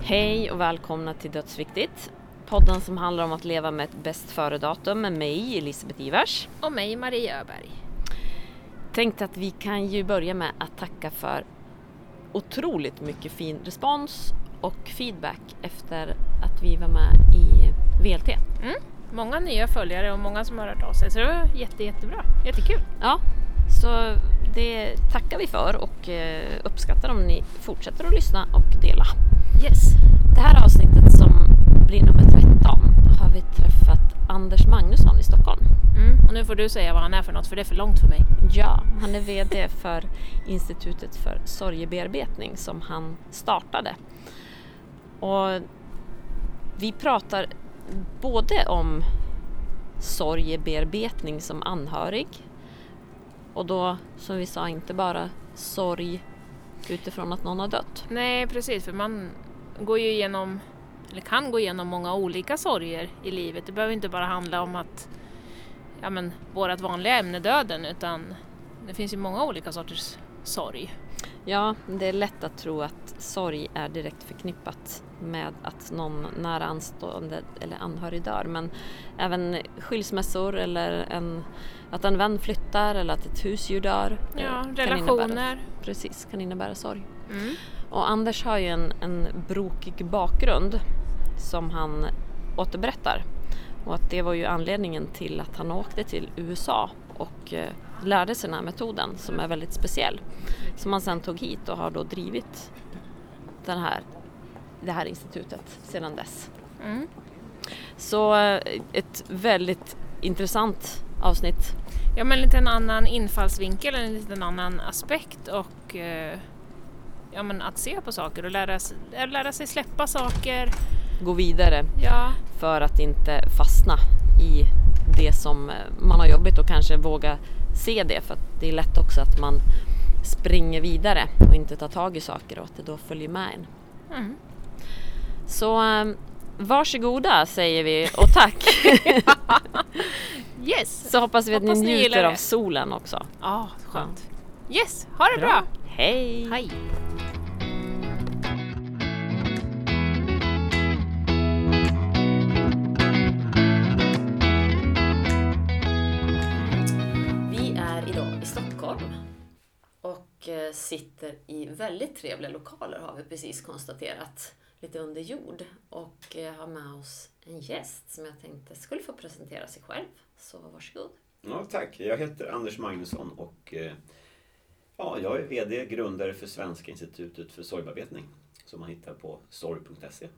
Hej och välkomna till Dödsviktigt. Podden som handlar om att leva med ett bäst före-datum med mig, Elisabeth Ivars. Och mig, Maria Öberg. Tänkte att vi kan ju börja med att tacka för otroligt mycket fin respons och feedback efter att vi var med i VLT. Många nya följare och många som har hört av sig, så det var jättebra, jättekul. Ja, så det tackar vi för och uppskattar om ni fortsätter att lyssna och dela. Yes. Det här avsnittet som blir nummer 13 har vi träffat Anders Magnusson i Stockholm. Och nu får du säga vad han är för något, för det är för långt för mig. Ja, han är vd för Institutet för sorgebearbetning som han startade. Och vi pratar både om sorgebearbetning som anhörig och då, som vi sa, inte bara sorg utifrån att någon har dött. Nej, precis, för man går ju igenom, eller kan gå igenom många olika sorger i livet. Det behöver inte bara handla om att vårat vanliga ämne döden, utan det finns ju många olika sorters sorg. Ja, det är lätt att tro att sorg är direkt förknippat med att någon nära anstående eller anhörig dör. Men även skilsmässor eller att en vän flyttar eller att ett husdjur dör. Ja, relationer. Kan innebära sorg. Och Anders har ju en brokig bakgrund som han återberättar. Och att det var ju anledningen till att han åkte till USA och lärde sig den här metoden som är väldigt speciell. Som han sen tog hit och har då drivit det här institutet sedan dess. Så ett väldigt intressant avsnitt. Ja, men lite en annan infallsvinkel, en liten annan aspekt och att se på saker och lära sig släppa saker. Gå vidare, ja. För att inte fastna i det som man har jobbigt och kanske våga se det, för att det är lätt också att man springer vidare och inte tar tag i saker och att det då följer med en. Så varsågoda säger vi och tack. Yes. Så hoppas vi att ni njuter av solen också. Ja, skönt. Yes, ha det bra. Hej. Hej. Idag i Stockholm och sitter i väldigt trevliga lokaler, har vi precis konstaterat, lite under jord, och har med oss en gäst som jag tänkte skulle få presentera sig själv, så varsågod. Ja, tack. Jag heter Anders Magnusson och jag är vd, grundare för Svenska institutet för sorgbearbetning som man hittar på sorg.se.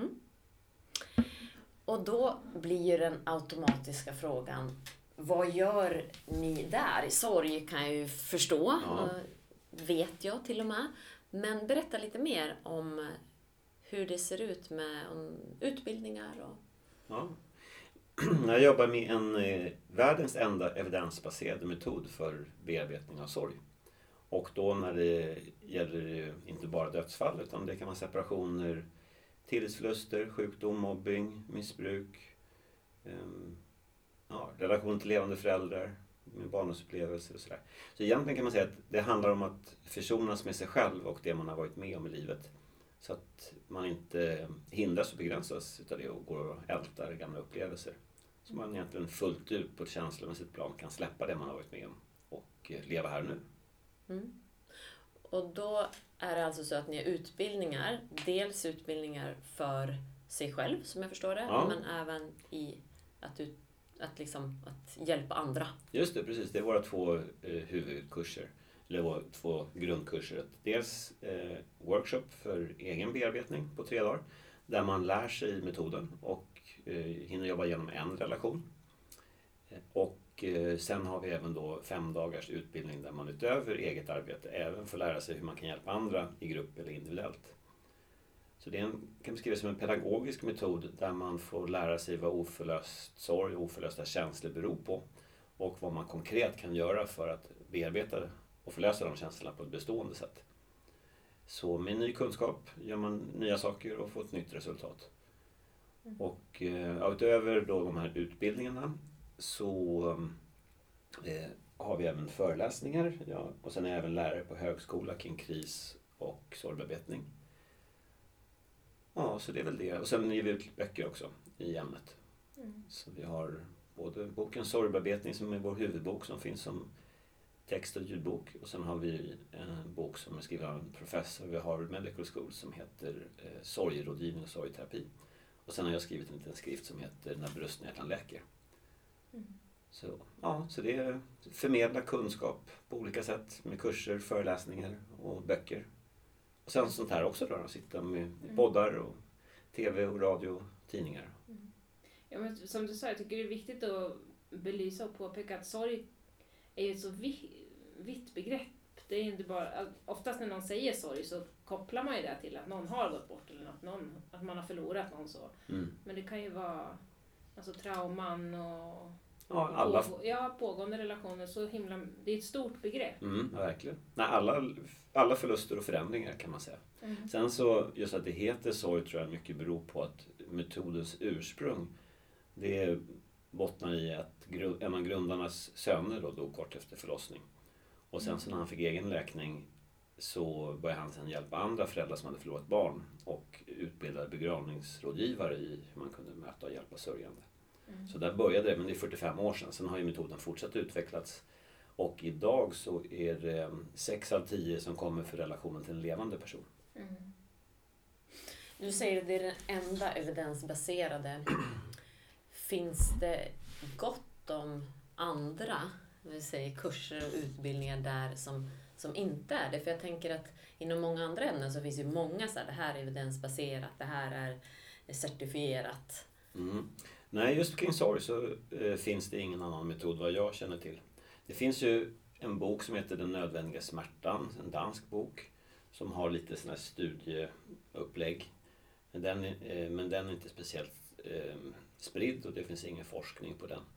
Och då blir ju den automatiska frågan: vad gör ni där? Sorg kan jag ju förstå, vet jag till och med. Men berätta lite mer om hur det ser ut med utbildningar. Ja. Jag jobbar med världens enda evidensbaserade metod för bearbetning av sorg. Och då när det gäller inte bara dödsfall, utan det kan vara separationer, tillitsförluster, sjukdom, mobbing, missbruk, relation till levande föräldrar, med barndomsupplevelser och sådär. Så egentligen kan man säga att det handlar om att försonas med sig själv och det man har varit med om i livet. Så att man inte hindras och begränsas utav det och går och ältar gamla upplevelser. Så man egentligen fullt ut på ett känslomässigt plan kan släppa det man har varit med om och leva här nu. Och då är det alltså så att ni har utbildningar, dels utbildningar för sig själv som jag förstår det, men även i att hjälpa andra. Just det, precis. Det är våra två huvudkurser, eller våra två grundkurser. Dels workshop för egen bearbetning på 3 dagar, där man lär sig metoden och hinner jobba igenom en relation. Och sen har vi även då 5 dagars utbildning där man utöver eget arbete även får lära sig hur man kan hjälpa andra i grupp eller individuellt. Så det kan beskrivas som en pedagogisk metod där man får lära sig vad oförlöst sorg och oförlösta känslor beror på och vad man konkret kan göra för att bearbeta och förlösa de känslorna på ett bestående sätt. Så med ny kunskap gör man nya saker och får ett nytt resultat. Och utöver då de här utbildningarna så har vi även föreläsningar och sen är jag även lärare på högskola kring kris och sorgbearbetning. Ja, så det är väl det. Och sen ger vi ut böcker också i ämnet. Så vi har både boken Sorgbearbetning som är vår huvudbok som finns som text- och ljudbok. Och sen har vi en bok som är skriven av en professor vid Harvard Medical School som heter Sorgerådgivning och sorgterapi. Och sen har jag skrivit en liten skrift som heter När brösten hjärtan läker. Så, ja, så det är förmedla kunskap på olika sätt med kurser, föreläsningar och böcker. Och sen sånt här också då, sitta med poddar och tv och radio, tidningar. Ja, men som du sa, jag tycker det är viktigt att belysa och påpeka att sorg är ju ett så vitt begrepp. Det är inte bara, oftast när någon säger sorg så kopplar man ju det till att någon har gått bort eller att man har förlorat någon så. Men det kan ju vara alltså trauman och pågående relationer, så det är ett stort begrepp. Ja, verkligen. Nej, alla förluster och förändringar kan man säga. Sen så, just att det heter sorg tror jag mycket beror på att metodens ursprung, det bottnar i att en av grundarnas söner då dog kort efter förlossning. Och sen så när han fick egen läkning så började han sen hjälpa andra föräldrar som hade förlorat barn och utbildade begravningsrådgivare i hur man kunde möta och hjälpa sörjande. Så där började det, men det är 45 år sedan. Sen har ju metoden fortsatt utvecklats. Och idag så är det 6 av 10 som kommer för relationen till en levande person. Du säger att det är den enda evidensbaserade. Finns det gott om andra kurser och utbildningar där som inte är det? För jag tänker att inom många andra ämnen så finns ju många så här, det här är evidensbaserat, det här är certifierat. Nej, just kring sorg så finns det ingen annan metod vad jag känner till. Det finns ju en bok som heter Den nödvändiga smärtan, en dansk bok som har lite sådana här studieupplägg. Men den är inte speciellt spridd och det finns ingen forskning på den.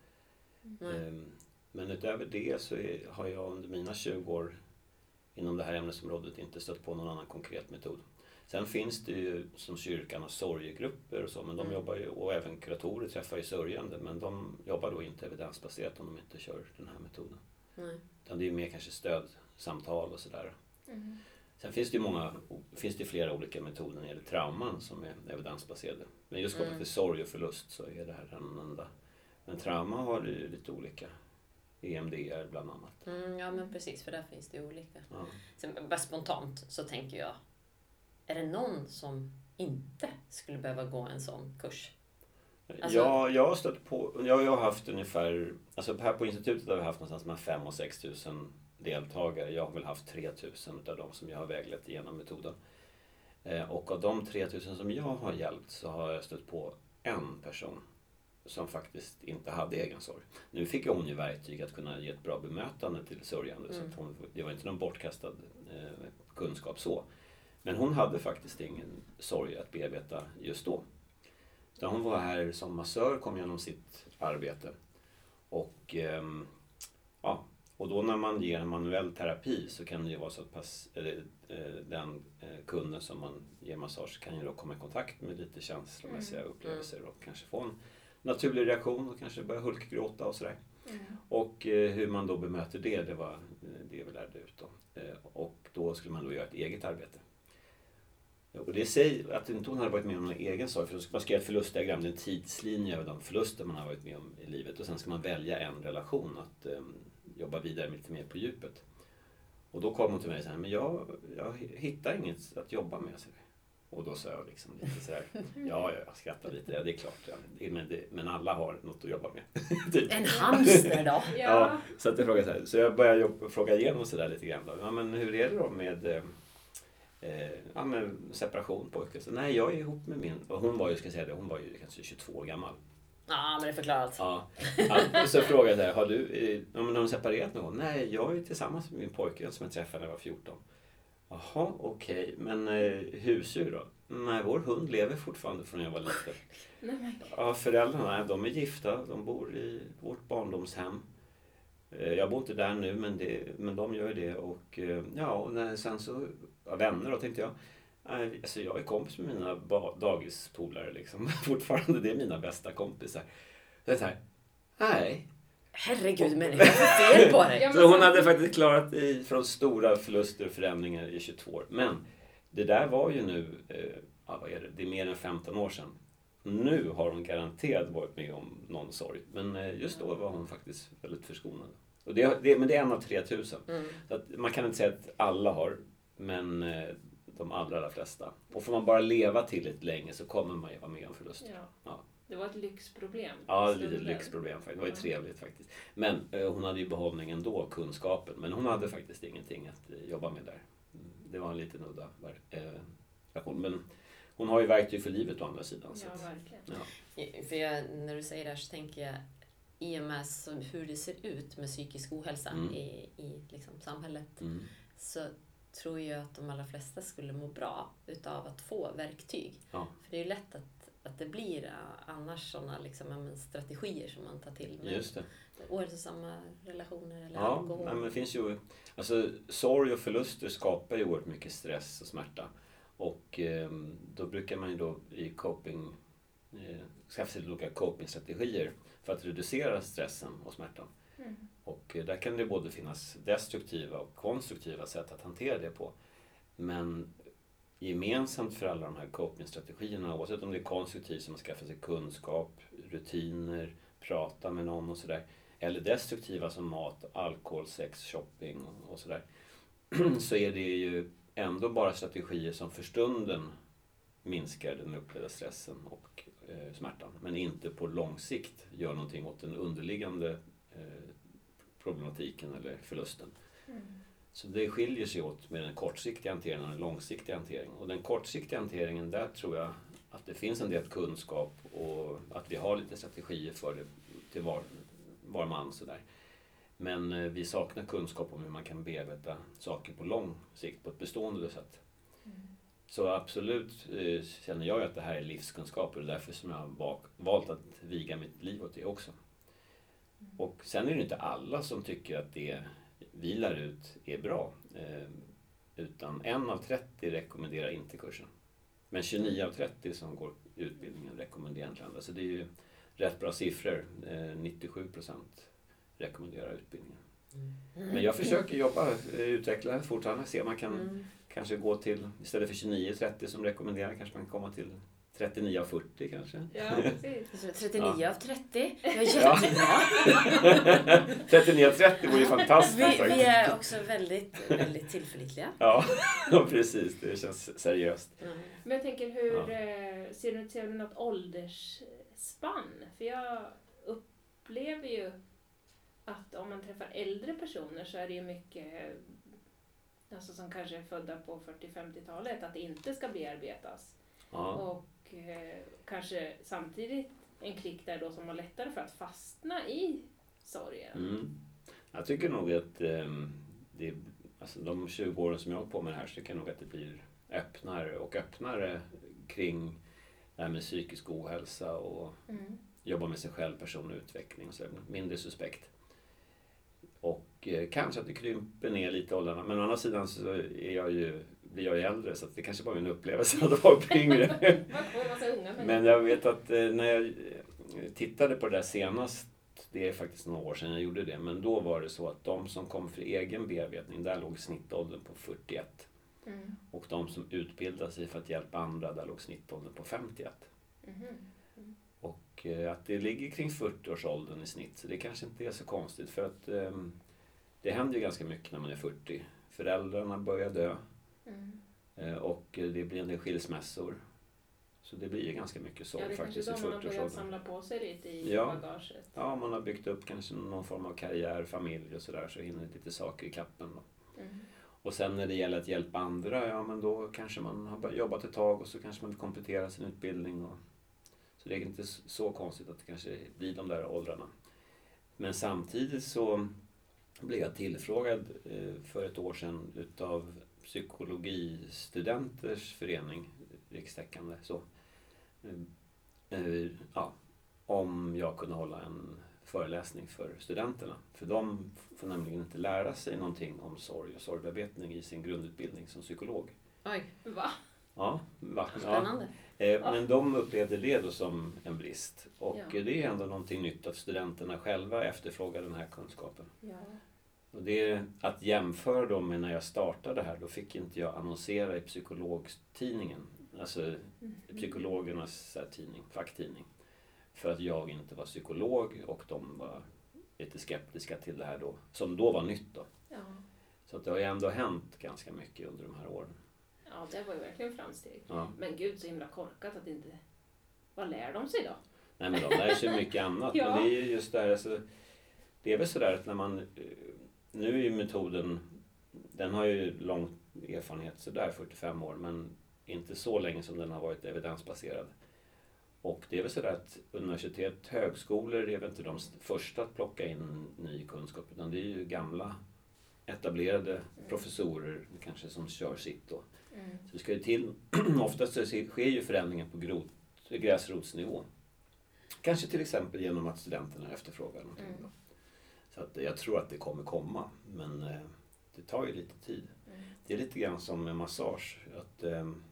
Men utöver det så har jag under mina 20 år inom det här ämnesområdet inte stött på någon annan konkret metod. Sen finns det ju som kyrkan och sorgegrupper och så, men de jobbar ju, och även kuratorer träffar ju sörjande, men de jobbar då inte evidensbaserat om de inte kör den här metoden. Utan det är ju mer kanske stödsamtal och sådär. Sen finns det flera olika metoder när det gäller trauman som är evidensbaserade. Men just kopplat till sorg och förlust så är det här den enda. Men trauma har det ju lite olika. EMDR bland annat. Ja men precis, för där finns det olika. Sen, bara spontant så tänker jag, är det någon som inte skulle behöva gå en sån kurs? Alltså... Ja, jag har stött på, jag har haft ungefär, alltså här på institutet har vi haft någonstans mellan 5 och 6 000 deltagare. Jag har väl haft 3 000 av dem som jag har väglett igenom metoden. Och av de 3 000 som jag har hjälpt så har jag stött på en person som faktiskt inte hade egen sorg. Nu fick hon ju verktyg att kunna ge ett bra bemötande till sörjande. Så att det var inte någon bortkastad kunskap så. Men hon hade faktiskt ingen sorg att bearbeta just då. Så hon var här som massör, kom genom sitt arbete. Och och då när man ger en manuell terapi så kan det ju vara så att den kunden som man ger massage kan ju då komma i kontakt med lite känslomässiga upplevelser och kanske få en naturlig reaktion och kanske börja hulkgråta och sådär. Och hur man då bemöter det var det vi lärde ut då. Och då skulle man då göra ett eget arbete. Och det säger att inte hon hade varit med om någon egen sorg, för man ska göra ett förlustdiagram, det är en tidslinje över de förluster man har varit med om i livet och sen ska man välja en relation att jobba vidare lite mer på djupet. Och då kom hon till mig och sa, men jag hittar inget att jobba med. Och då sa jag liksom lite sådär, jag skrattar lite, det är klart, men alla har något att jobba med. Typ. En hamster då? Ja, så att jag frågade så här, så jag började fråga igenom sådär lite grann då. Ja, men hur är det då med separation pojke? Så nej, jag är ihop med min, och hon var ju, hon var ju kanske 22 år gammal. Ja, men det förklarar allt. Ja. Så frågade jag där, har de separerat någon? Nej, jag är tillsammans med min pojke som jag träffade när jag var 14. Jaha, okej. Men husdjur då? Nej, vår hund lever fortfarande från när jag var liten. Ja, föräldrarna, de är gifta. De bor i vårt barndomshem. Jag bor inte där nu, men de gör det. Och sen så, vänner då tänkte jag. Alltså jag är kompis med mina dagispolare liksom. Fortfarande, det är mina bästa kompisar. Så jag säger, nej. Herregud, men det är fel på dig. Så hon hade faktiskt klarat från stora förluster och förändringar i 22 år. Men det där var ju nu vad är det? Det är mer än 15 år sedan. Nu har hon garanterat varit med om någon sorg. Men just då var hon faktiskt väldigt förskonad. Och men det är en av 3000. Så att man kan inte säga att alla har, men de allra flesta. Och får man bara leva tillräckligt länge så kommer man ju vara med om förlust. Ja. Det var ett lyxproblem. Ja, lite lyxproblem faktiskt. Det var ju trevligt faktiskt. Men hon hade ju behållning ändå, kunskapen. Men hon hade faktiskt ingenting att jobba med där. Det var en liten udda version. Men hon har ju verktyg för livet å andra sidan. Ja, verkligen. Ja. För när du säger det här så tänker jag, i och med hur det ser ut med psykisk ohälsa i liksom samhället, så tror jag att de allra flesta skulle må bra utav att få verktyg. Ja. För det är ju lätt att det blir annars sådana liksom, strategier som man tar till med. Just det. Ohälsosamma relationer eller alkohol. Ja, men det finns ju, alltså sorg och förluster skapar ju oerhört mycket stress och smärta. Och då brukar man ju då i skaffa sig olika copingstrategier för att reducera stressen och smärtan. Och där kan det både finnas destruktiva och konstruktiva sätt att hantera det på. Men gemensamt för alla de här copingstrategierna, oavsett om det är konstruktivt som att skaffa sig kunskap, rutiner, prata med någon och sådär, eller destruktiva som mat, alkohol, sex, shopping och sådär, så är det ju ändå bara strategier som för stunden minskar den upplevda stressen och smärtan, men inte på lång sikt gör någonting åt den underliggande problematiken eller förlusten. Så det skiljer sig åt med den kortsiktiga hanteringen och den långsiktiga hanteringen. Och den kortsiktiga hanteringen, där tror jag att det finns en del kunskap och att vi har lite strategier för det till var man sådär. Men vi saknar kunskap om hur man kan bearbeta saker på lång sikt på ett bestående sätt. Så absolut känner jag att det här är livskunskap och det är därför som jag har valt att viga mitt liv åt det också. Och sen är det inte alla som tycker att det vi lär ut är bra. Utan 1 av 30 rekommenderar inte kursen. Men 29 av 30 som går utbildningen rekommenderar inte andra. Så det är ju rätt bra siffror. 97% rekommenderar utbildningen. Men jag försöker utveckla fortfarande. Se om man kan kanske gå till, istället för 29-30 som rekommenderar, kanske man kan komma till 39 av 40 kanske. Ja, precis. 39 av 30. Ja, jättebra. 39 av 30 vore ju fantastiskt. Vi är också väldigt, väldigt tillförlitliga. Ja, precis. Det känns seriöst. Men jag tänker, ser du något åldersspann? För jag upplever ju att om man träffar äldre personer så är det ju mycket, alltså som kanske är födda på 40-50-talet, att det inte ska bearbetas. Ja. Och kanske samtidigt en klick där då som har lättare för att fastna i sorgen. Jag tycker nog att alltså de 20 åren som jag har på med det här, så tycker jag nog att det blir öppnare och öppnare kring det här med psykisk ohälsa och jobba med sig själv, personlig utveckling och så, mindre suspekt. Och kanske att det krymper ner lite åldrarna, men å andra sidan så blir jag ju äldre, så att det kanske bara är en upplevelse att vara yngre. Men jag vet att när jag tittade på det där senast, det är faktiskt några år sedan jag gjorde det, men då var det så att de som kom för egen bearbetning, där låg snittåldern på 41. Och de som utbildade sig för att hjälpa andra, där låg snittåldern på 51. Och att det ligger kring 40-årsåldern i snitt, så det kanske inte är så konstigt, för att det händer ju ganska mycket när man är 40. Föräldrarna börjar dö. Och det blir en del skilsmässor. Så det blir ju ganska mycket så faktiskt i 40-årsåldern. Ja, det kanske de har börjat samla på sig lite i bagaget. Ja, man har byggt upp kanske någon form av karriär, familj och sådär, så hinner lite saker i kappen då. Och sen när det gäller att hjälpa andra, ja men då kanske man har jobbat ett tag och så kanske man vill komplettera sin utbildning. Så det är inte så konstigt att det kanske blir de där åldrarna. Men samtidigt så blev jag tillfrågad för ett år sedan utav psykologistudenters förening, rikstäckande, så, om jag kunde hålla en föreläsning för studenterna. För de får nämligen inte lära sig någonting om sorg och sorgbearbetning i sin grundutbildning som psykolog. Oj, va? Ja, spännande. Men de upplevde det då som en brist. Och det är ändå någonting nytt att studenterna själva efterfrågar den här kunskapen. Ja. Och det är att jämföra dem med när jag startade här, då fick inte jag annonsera i psykologtidningen. alltså psykologernas så här, facktidning. För att jag inte var psykolog och de var lite skeptiska till det här då, som då var nytt då. Ja. Så att det har ju ändå hänt ganska mycket under de här åren. Ja, det var ju verkligen framsteg. Ja. Men gud, så himla korkat att inte... Vad lär de sig då? Nej, men de lär sig mycket annat. Ja. Men det är ju just det här, alltså, det är väl sådär att när man... Nu är ju metoden, den har ju lång erfarenhet, sådär 45 år, men inte så länge som den har varit evidensbaserad. Och det är väl sådär att universitet, högskolor är väl inte de första att plocka in ny kunskap, utan det är ju gamla etablerade professorer kanske som kör sitt då. Så det ska ju till, oftast så sker ju förändringen på gräsrotsnivå. Kanske till exempel genom att studenterna efterfrågar någonting då. Så att jag tror att det kommer komma, men det tar ju lite tid. Det är lite grann som med massage. Att,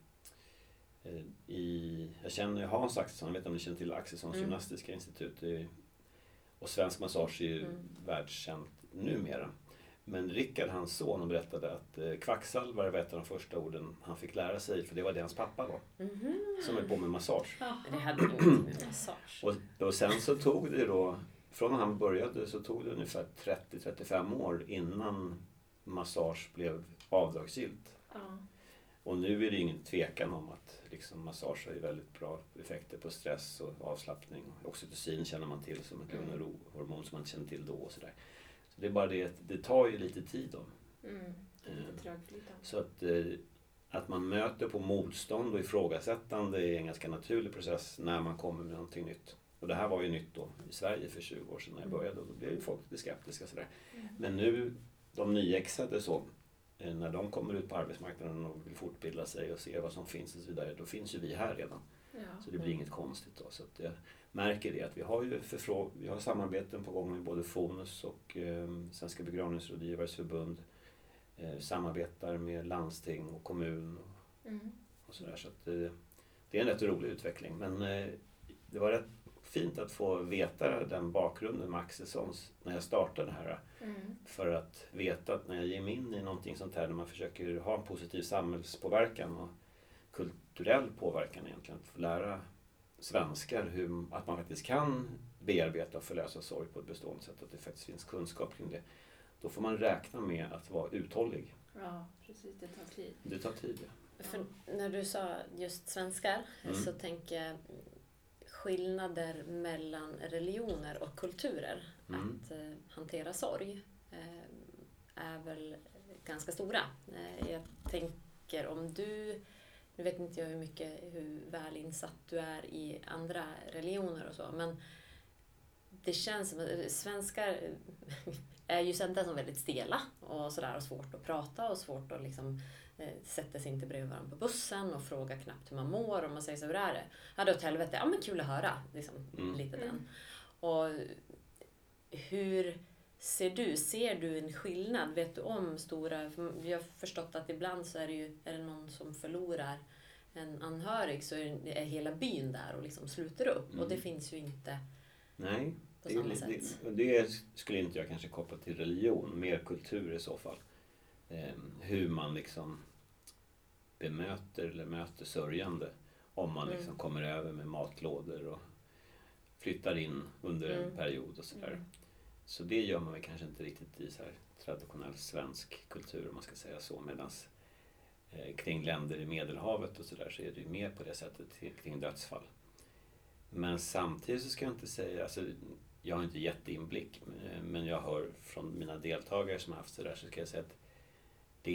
jag känner Hans Axelsson, jag vet inte om ni känner till Axelssons gymnastiska institut. Och svensk massage är ju världskänt numera. Men Rickard, hans son, berättade att kvacksalvare var ett av de första orden han fick lära sig, för det var det hans pappa var. Som höll på med massage. Det hade nog inte med massage. Och sen så tog det då, från när han började så tog det ungefär 30-35 år innan massage blev avdragsgillt. Ja. Och nu är det ingen tvekan om att liksom, massage har ju väldigt bra effekter på stress och avslappning. Oxytocin känner man till som ett lugn och ro-hormon som man inte känner till då och sådär. Så det är bara det att det tar ju lite tid då. Lite trögflytande. Så att man möter på motstånd och ifrågasättande är en ganska naturlig process när man kommer med någonting nytt. Och det här var ju nytt då i Sverige för 20 år sedan när jag började och då blev ju folk lite skeptiska sådär. Men nu, de nyexade så, när de kommer ut på arbetsmarknaden och vill fortbilda sig och se vad som finns och så vidare, då finns ju vi här redan. Ja. Så det blir inget konstigt då. Så att jag märker det att vi har ju vi har samarbeten på gång med både Fonus och Svenska begravningsrådgivares förbund. Samarbetar med landsting och kommun och sådär. Så att det är en rätt rolig utveckling. Men det var rätt fint att få veta den bakgrunden med Axelssons när jag startade det här. För att veta att när jag ger mig in i någonting sånt här, när man försöker ha en positiv samhällspåverkan och kulturell påverkan egentligen, att få lära svenskar att man faktiskt kan bearbeta och förlösa sorg på ett bestående sätt, att det faktiskt finns kunskap kring det. Då får man räkna med att vara uthållig. Ja, precis. Det tar tid. Det tar tid, ja. För när du sa just svenskar så tänker jag skillnader mellan religioner och kulturer att hantera sorg är väl ganska stora. Jag tänker om nu vet inte jag hur väl insatt du är i andra religioner och så, men det känns som att svenskar är ju kända som väldigt stela och sådär, och svårt att prata och svårt att liksom sätta sig inte bredvid varandra på bussen och fråga knappt hur man mår, och man säger så, hur är det? Ja, det är åt helvete. Ja, men kul att höra. Liksom, lite den. Och hur ser du en skillnad? Vet du om stora... Vi har förstått att ibland så är det någon som förlorar en anhörig, så är hela byn där och liksom sluter upp. Och det finns ju inte... Nej, det skulle inte jag kanske koppla till religion, mer kultur i så fall. Hur man liksom bemöter eller möter sörjande, om man liksom kommer över med matlådor och flyttar in under en period och sådär. Så det gör man väl kanske inte riktigt i så här traditionell svensk kultur, om man ska säga så, medans kring länder i Medelhavet och sådär så är det ju mer på det sättet kring dödsfall. Men samtidigt så ska jag inte säga, alltså, jag har inte jätteinblick, men jag hör från mina deltagare som har haft sådär, så ska jag säga att det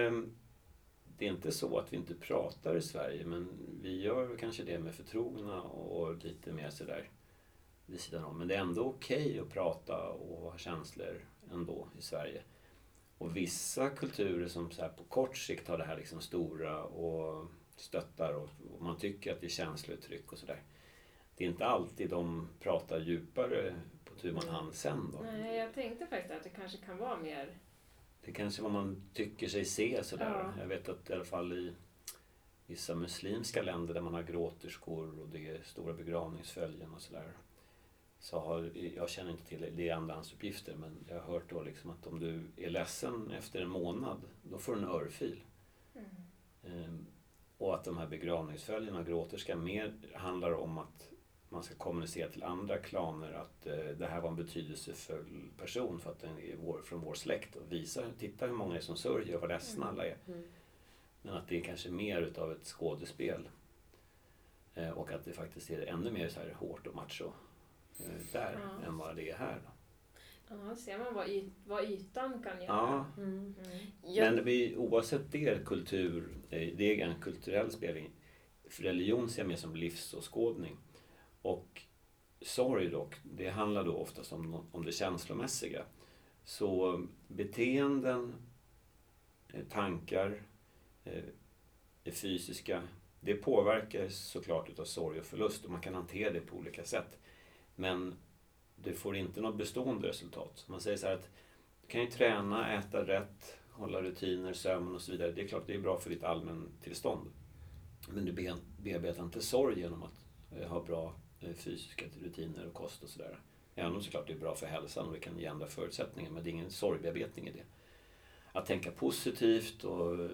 är inte så att vi inte pratar i Sverige, men vi gör kanske det med förtrogna och lite mer sådär vid sidan om. Men det är ändå okej att prata och ha känslor ändå i Sverige. Och vissa kulturer som så här på kort sikt har det här liksom stora och stöttar och man tycker att det är känslouttryck och sådär. Det är inte alltid de pratar djupare på tu man hand sen då. Nej, jag tänkte faktiskt att det kanske kan vara mer... Det kanske är vad man tycker sig se sådär. Ja. Jag vet att i alla fall i vissa muslimska länder där man har gråterskor och det är stora begravningsföljen och sådär. Så jag känner inte till det är andrahandsuppgifter, men jag har hört då liksom att om du är ledsen efter en månad, då får du en örfil. Och att de här begravningsföljerna, gråterska, mer handlar om att man ska kommunicera till andra klaner att det här var en betydelsefull person för att den är från vår släkt. Och titta hur många är som sörjer och vad ledsna alla är. Men att det är kanske mer utav ett skådespel. Och att det faktiskt är ännu mer så här hårt och macho där än vad det är här. Då. Ja, ser man vad ytan kan göra. Ja. Men oavsett det kultur, det är en kulturell spelning. För religion ser jag mer som livsåskådning. Och sorg dock, det handlar då oftast om det känslomässiga. Så beteenden, tankar, det fysiska, det påverkar såklart utav sorg och förlust och man kan hantera det på olika sätt. Men det får inte något bestående resultat. Man säger så här att du kan ju träna, äta rätt, hålla rutiner, sömn och så vidare. Det är klart det är bra för ditt allmäntillstånd. Men du bearbetar inte sorg genom att ha bra fysiska rutiner och kost och sådär. Även om såklart det är bra för hälsan och det kan ge andra förutsättningar, men det är ingen sorgbearbetning i det. Att tänka positivt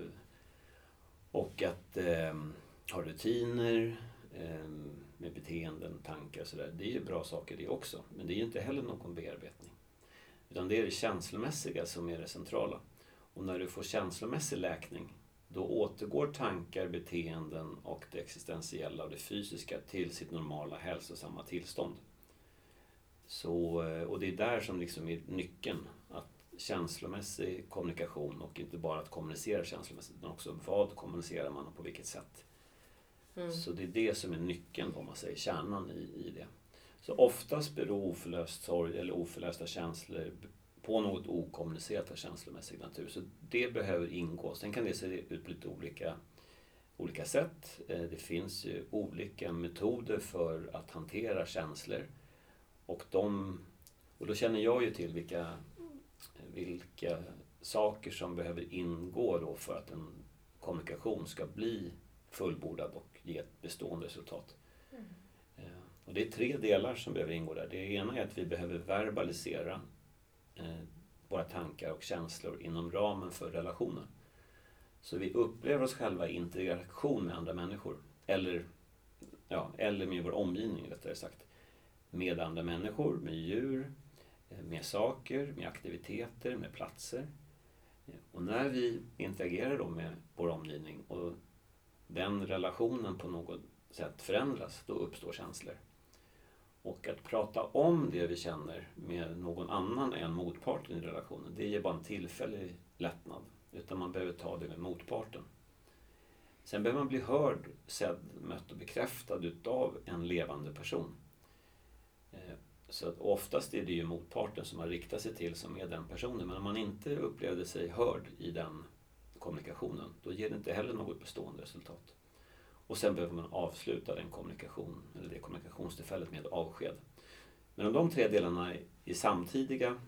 och att ha rutiner med beteenden, tankar och sådär. Det är ju bra saker det också, men det är ju inte heller någon bearbetning. Utan det är det känslomässiga som är det centrala. Och när du får känslomässig läkning, då återgår tankar, beteenden och det existentiella och det fysiska till sitt normala hälsosamma tillstånd. Och det är där som liksom är nyckeln. Att känslomässig kommunikation och inte bara att kommunicera känslomässigt utan också vad kommunicerar man och på vilket sätt. Så det är det som är nyckeln, om man säger, kärnan i det. Så oftast beror oförlöst sorg eller oförlösta känslor på något okommunicerat av känslomässig natur. Så det behöver ingå. Sen kan det se ut på lite olika sätt. Det finns ju olika metoder för att hantera känslor. Och då känner jag ju till vilka saker som behöver ingå då för att en kommunikation ska bli fullbordad och ge ett bestående resultat. Och det är 3 delar som behöver ingå där. Det ena är att vi behöver verbalisera våra tankar och känslor inom ramen för relationen. Så vi upplever oss själva i interaktion med andra människor. Eller med vår omgivning, rättare sagt. Med andra människor, med djur, med saker, med aktiviteter, med platser. Och när vi interagerar då med vår omgivning och den relationen på något sätt förändras, då uppstår känslor. Och att prata om det vi känner med någon annan än motparten i relationen, det ger bara en tillfällig lättnad. Utan man behöver ta det med motparten. Sen behöver man bli hörd, sedd, mött och bekräftad utav en levande person. Så att oftast är det ju motparten som man riktar sig till som är den personen. Men om man inte upplevde sig hörd i den kommunikationen, då ger det inte heller något bestående resultat. Och sen behöver man avsluta den det kommunikationstillfället med avsked. Men om de 3 delarna är samtidiga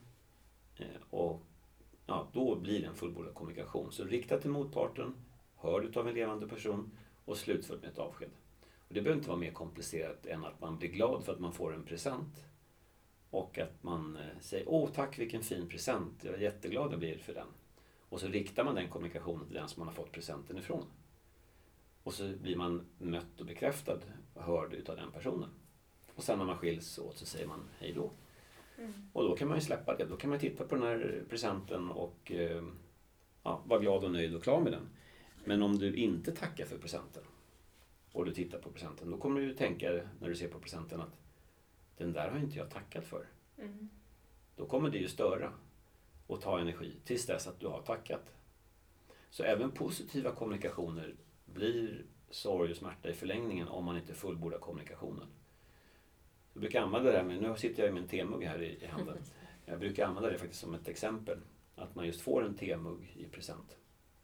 då blir det en fullbordad kommunikation. Så rikta till motparten, hörd av en levande person och slutfört med ett avsked. Och det behöver inte vara mer komplicerat än att man blir glad för att man får en present. Och att man säger, tack vilken fin present, jag är jätteglad jag blir för den. Och så riktar man den kommunikationen till den som man har fått presenten ifrån. Och så blir man mött och bekräftad och hörd utav den personen. Och sen när man skiljs åt så säger man hej då. Och då kan man ju släppa det. Då kan man titta på den här presenten och vara glad och nöjd och klar med den. Men om du inte tackar för presenten och du tittar på presenten, då kommer du tänka när du ser på presenten att den där har inte jag tackat för. Då kommer det ju störa och ta energi tills dess att du har tackat. Så även positiva kommunikationer blir sorg och smärta i förlängningen om man inte fullbordar kommunikationen. Jag brukar använda det här nu sitter jag med en temugg här i handen. Jag brukar använda det faktiskt som ett exempel. Att man just får en temugg i present.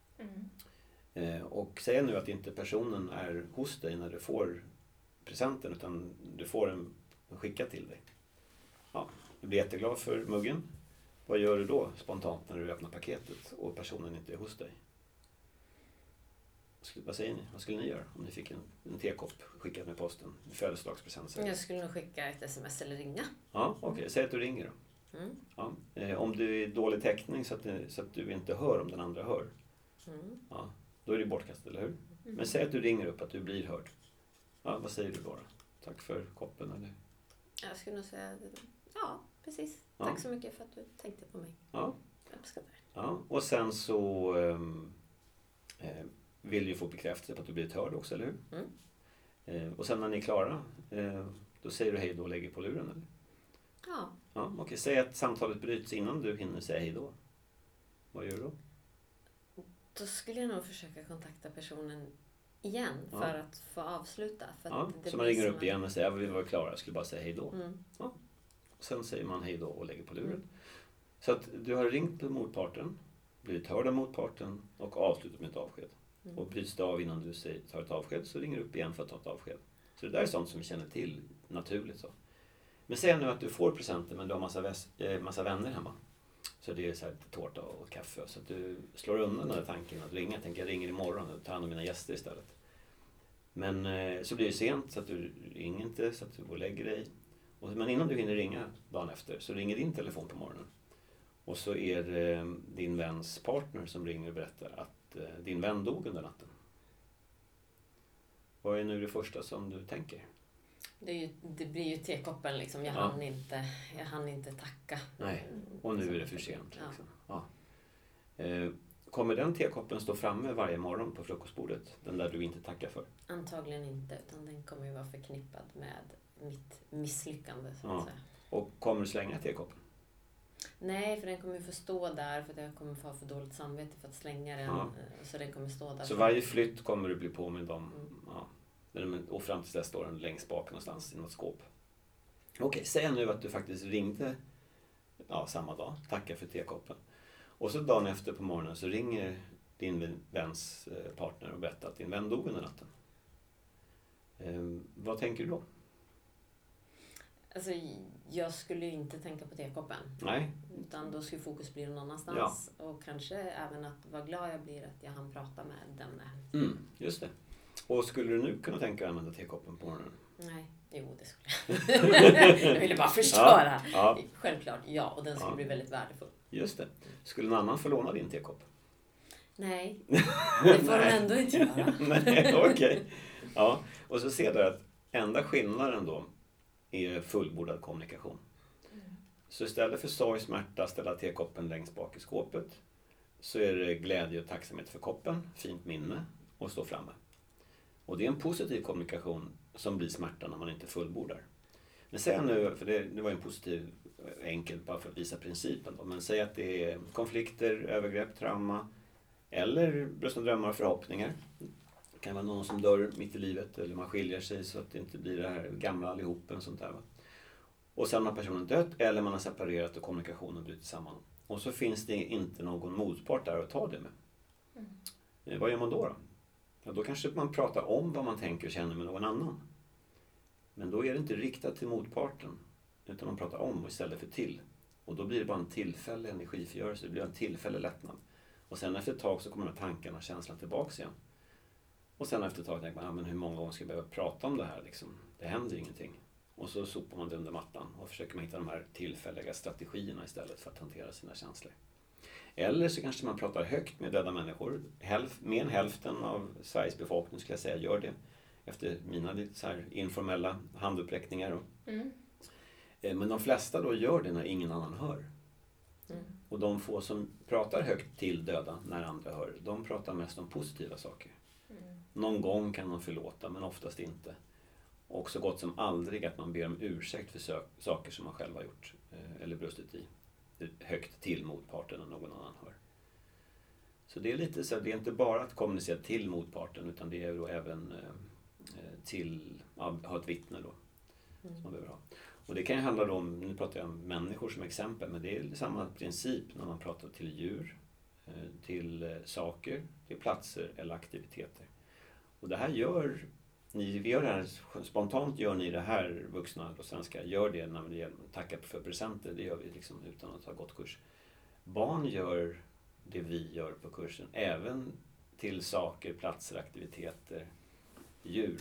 Och säg nu att inte personen är hos dig när du får presenten, utan du får en skickad till dig. Du blir jätteglad för muggen. Vad gör du då spontant när du öppnar paketet och personen inte är hos dig? Vad säger ni? Vad skulle ni göra om ni fick en tekopp skickad med posten? En födelsedagspresent? Jag skulle nog skicka ett sms eller ringa. Ja, okej. Säg att du ringer då. Ja. Om du är dålig täckning så att du inte hör om den andra hör. Ja, då är det bortkastat, eller hur? Men säg att du ringer upp att du blir hörd. Ja, vad säger du då? Tack för koppen eller? Jag skulle nog säga, ja precis. Ja. Tack så mycket för att du tänkte på mig. Ja. Jag uppskattar det. Ja. Och sen så vill du få bekräftelse på att du blivit hörd också, eller hur? Och sen när ni är klara, då säger du hej då och lägger på luren, eller? Ja. Ja, okej. Säg att samtalet bryts innan du hinner säga hej då. Vad gör du då? Då skulle jag nog försöka kontakta personen igen Ja. för att få avsluta. För Ja, att det så man blir ringer som upp igen och säger att vi var klara, jag skulle bara säga hej då. Ja. Sen säger man hej då och lägger på luren. Så att du har ringt på motparten, blivit hörd av motparten och avslutat med ett avsked. Och bryts det av innan du tar ett avsked så ringer du upp igen för att ta ett avsked. Så det där är sånt som vi känner till naturligt. Så. Men säg nu att du får presenter men du har massa vänner hemma. Så det är så här tårta och kaffe. Så att du slår undan den där tanken att ringa. Jag tänker jag ringer imorgon och tar hand om mina gäster istället. Men så blir det sent så att du ringer inte så att du går och lägger dig. Men innan du hinner ringa dagen efter så ringer din telefon på morgonen. Och så är det din väns partner som ringer och berättar att din vän dog under natten. Vad är nu det första som du tänker? Det blir ju tekoppen liksom. Jag hann inte tacka. Nej, och nu är det för sent. Liksom. Ja. Kommer den tekoppen stå framme varje morgon på frukostbordet? Den där du inte tackar för? Antagligen inte, utan den kommer ju vara förknippad med mitt misslyckande så att säga. Och kommer du slänga tekoppen? Nej, för den kommer ju få stå där för att jag kommer få för dåligt samvete för att slänga den. Så den kommer stå där. Så varje flytt kommer du bli påmind om? Och fram till dess står den längst bak någonstans i något skåp. Okej, säg nu att du faktiskt ringde samma dag, tackar för tekoppen. Och så dagen efter på morgonen så ringer din väns partner och berättar att din vän dog under natten. Vad tänker du då? Alltså, jag skulle ju inte tänka på tekoppen. Nej. Utan då skulle fokus bli någon annanstans. Ja. Och kanske även att vad glad jag blir att jag hann prata med denne. Just det. Och skulle du nu kunna tänka dig att använda tekoppen på morgonen? Nej, det skulle jag. Jag ville bara förstöra. Ja. Självklart, ja. Och den skulle bli väldigt värdefull. Just det. Skulle någon annan få låna din tekopp? Nej, det får de ändå inte göra. Nej, okej. Ja, och så ser du att enda skillnaden då är fullbordad kommunikation. Så istället för sorg, smärta, ställa tekoppen längst bak i skåpet så är det glädje och tacksamhet för koppen, fint minne och stå framme. Och det är en positiv kommunikation som blir smärta när man inte fullbordar. Men säg nu, för det var en positiv, enkelt bara för att visa principen då, men säg att det är konflikter, övergrepp, trauma eller brustna drömmar och förhoppningar. Det kan vara någon som dör mitt i livet eller man skiljer sig så att det inte blir det här gamla allihopen sånt där. Va? Och sen har personen dött eller man har separerat och kommunikationen brutit samman. Och så finns det inte någon motpart där att ta det med. Vad gör man då? Ja, då kanske man pratar om vad man tänker och känner med någon annan. Men då är det inte riktat till motparten utan man pratar om istället för till. Och då blir det bara en tillfällig energiförgörelse, det blir en tillfällig lättnad. Och sen efter ett tag så kommer de här tankarna och känslan tillbaka igen. Och sen efter ett tag tänker man, men hur många gånger ska jag behöva prata om det här? Liksom? Det händer ingenting. Och så sopar man det under mattan och försöker man hitta de här tillfälliga strategierna istället för att hantera sina känslor. Eller så kanske man pratar högt med döda människor. Mer än hälften av Sveriges befolkning skulle jag säga gör det. Efter mina lite så här informella handuppräckningar. Men de flesta då gör det när ingen annan hör. Och de få som pratar högt till döda när andra hör, de pratar mest om positiva saker. Någon gång kan man förlåta men oftast inte. Och så gott som aldrig att man ber om ursäkt för saker som man själv har gjort eller brustit i. Högt till motparten när någon annan hör. Så det är lite så, det är inte bara att kommunicera till motparten utan det är då även till ha ett vittne då som man behöver ha. Och det kan ju handla om, nu pratar jag om människor som exempel, men det är samma princip när man pratar till djur, till saker, till platser eller aktiviteter. Och det här gör ni, vi gör det här, spontant gör ni det här, vuxna och svenskar, gör det när vi tackar för presenter, det gör vi liksom utan att ha gått kurs. Barn gör det vi gör på kursen, även till saker, platser, aktiviteter, djur,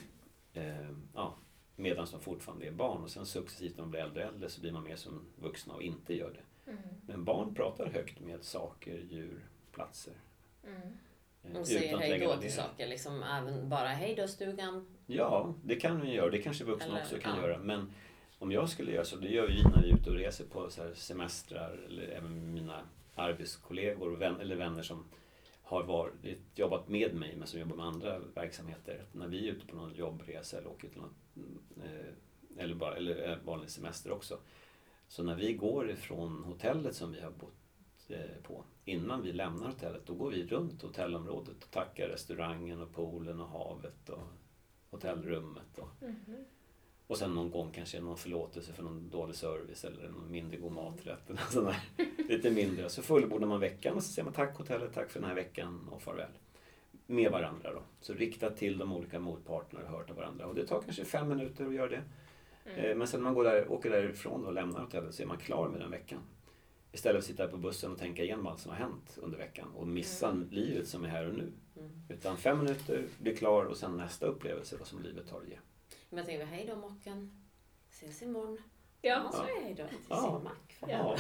medan de fortfarande är barn. Och sen successivt när de blir äldre så blir man mer som vuxna och inte gör det. Men barn pratar högt med saker, djur, platser. Och säger hej då till saker, liksom även bara hej då stugan? Ja, det kan vi göra. Det kanske vuxna Eller, också kan göra. Men om jag skulle göra så, det gör vi när vi är ute och reser på så här semestrar, eller även mina arbetskollegor och eller vänner som har jobbat med mig men som jobbar med andra verksamheter. När vi är ute på någon jobbresa eller åker till något, eller vanlig semester också. Så när vi går ifrån hotellet som vi har bott på, innan vi lämnar hotellet, då går vi runt hotellområdet och tackar restaurangen och poolen och havet och hotellrummet. Och sen någon gång kanske någon förlåtelse för någon dålig service eller någon mindre god maträtt. Eller sån där, lite mindre. Så fullbordar man veckan och så säger man tack hotellet, tack för den här veckan och farväl. Med varandra då. Så riktat till de olika motparterna och hört av varandra. Och det tar kanske 5 minuter att göra det. Men sen när man åker därifrån och lämnar hotellet så är man klar med den veckan. Istället för att sitta på bussen och tänka igenom allt som har hänt under veckan och missa livet som är här och nu. Utan 5 minuter, blir klar och sen nästa upplevelse vad som livet har att ge. Men jag tänker, hej då mocken, ses imorgon. Ja. Så hej då till sin mack.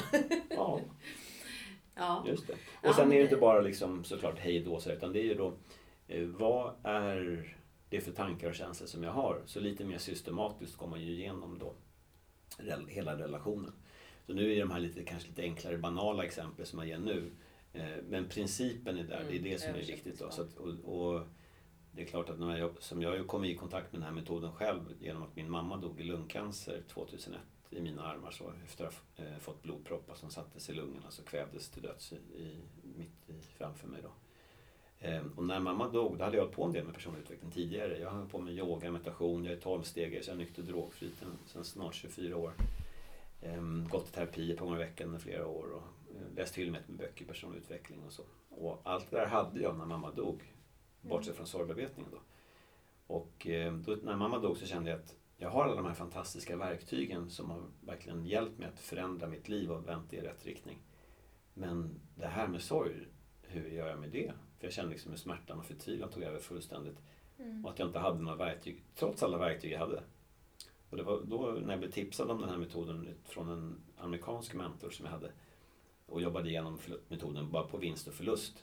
Ja, just det. Och sen är det inte bara liksom såklart hej då, utan det är ju då vad är det för tankar och känslor som jag har. Så lite mer systematiskt kommer man ju igenom då hela relationen. Så nu är de här kanske lite enklare banala exempel som jag ger nu. Men principen är där, det är det som är viktigt då. Så att, och det är klart att som jag kom i kontakt med den här metoden själv genom att min mamma dog i lungcancer 2001 i mina armar, så efter att ha fått blodproppar som sattes i lungorna så kvävdes till döds mitt framför mig då. Och när mamma dog, då hade jag hållit på en del med personlig utveckling tidigare. Jag höll på med yoga, meditation, jag är 12-stegare, så jag är nykter drogfri sedan snart 24 år. Gått i terapi ett par gånger i veckan i flera år och läst till med böcker i personlig utveckling och så. Och allt det där hade jag när mamma dog, bortsett från sorgbearbetningen då. Och då, när mamma dog så kände jag att jag har alla de här fantastiska verktygen som har verkligen hjälpt mig att förändra mitt liv och vänt i rätt riktning. Men det här med sorg, hur gör jag med det? För jag kände liksom hur smärtan och förtvivlan tog över fullständigt. Och att jag inte hade några verktyg, trots alla verktyg jag hade. Och det var då när jag blev tipsad om den här metoden från en amerikansk mentor som jag hade och jobbade igenom metoden bara på vinst och förlust.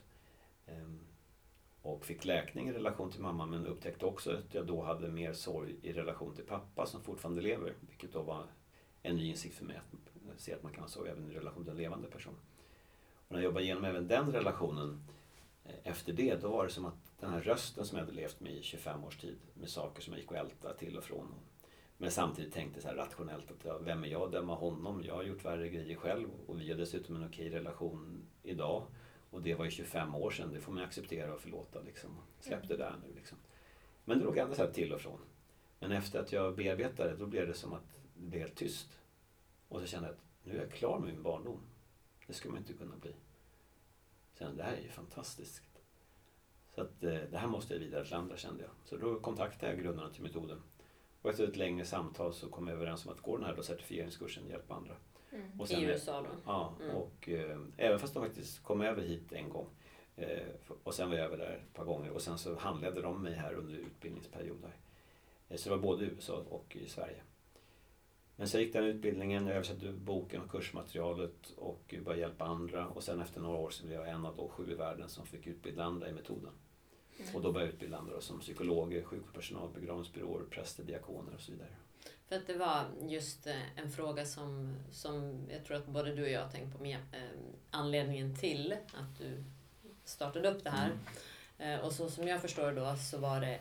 Och fick läkning i relation till mamma, men upptäckte också att jag då hade mer sorg i relation till pappa som fortfarande lever. Vilket då var en ny insikt för mig att se att man kan ha sorg även i relation till en levande person. Och när jag jobbade igenom även den relationen efter det, då var det som att den här rösten som jag hade levt med i 25 års tid med saker som jag gick och ältade till och från. Men samtidigt tänkte så här rationellt att vem är jag att döma honom? Jag har gjort värre grejer själv och vi har dessutom en okej relation idag. Och det var ju 25 år sedan, det får man acceptera och förlåta liksom. Släpp det där nu liksom. Men det låg ändå så här till och från. Men efter att jag bearbetade, då blev det som att det blev helt tyst. Och så kände jag att nu är jag klar med min barndom. Det skulle man inte kunna bli. Sen det här är ju fantastiskt. Så att det här måste jag vidare till andra, kände jag. Så då kontaktade jag grundarna till metoden. Och efter ett längre samtal så kom jag överens om att gå den här certifieringskursen, hjälpa andra. Och sen, i USA då? Ja, och även fast de faktiskt kom över hit en gång. Och sen var jag över där ett par gånger. Och sen så handledde de mig här under utbildningsperioder. Så det var både i USA och i Sverige. Men så gick den utbildningen, jag översatte boken och kursmaterialet och började hjälpa andra. Och sen efter några år så blev jag en av de 7 i världen som fick utbilda andra i metoden. Och då började jag utbilda andra som psykologer, sjukvårdspersonal, begravningsbyråer, präster, diakoner och så vidare. För att det var just en fråga som jag tror att både du och jag har tänkt på med anledningen till att du startade upp det här. Och så som jag förstår då så var det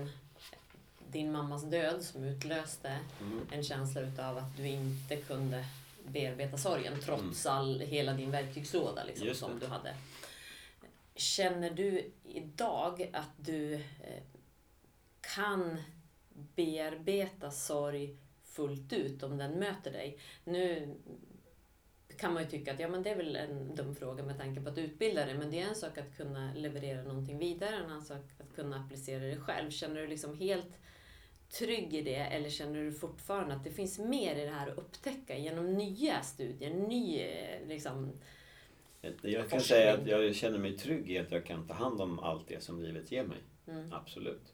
din mammas död som utlöste en känsla utav att du inte kunde bearbeta sorgen trots hela din verktygslåda liksom, som du hade. Känner du idag att du kan bearbeta sorg fullt ut om den möter dig? Nu kan man ju tycka att men det är väl en dum fråga med tanke på att utbilda dig, men det är en sak att kunna leverera någonting vidare, en annan sak att kunna applicera det själv. Känner du liksom helt trygg i det, eller känner du fortfarande att det finns mer i det här att upptäcka genom nya studier, liksom jag kan säga att jag känner mig trygg i att jag kan ta hand om allt det som livet ger mig. Absolut.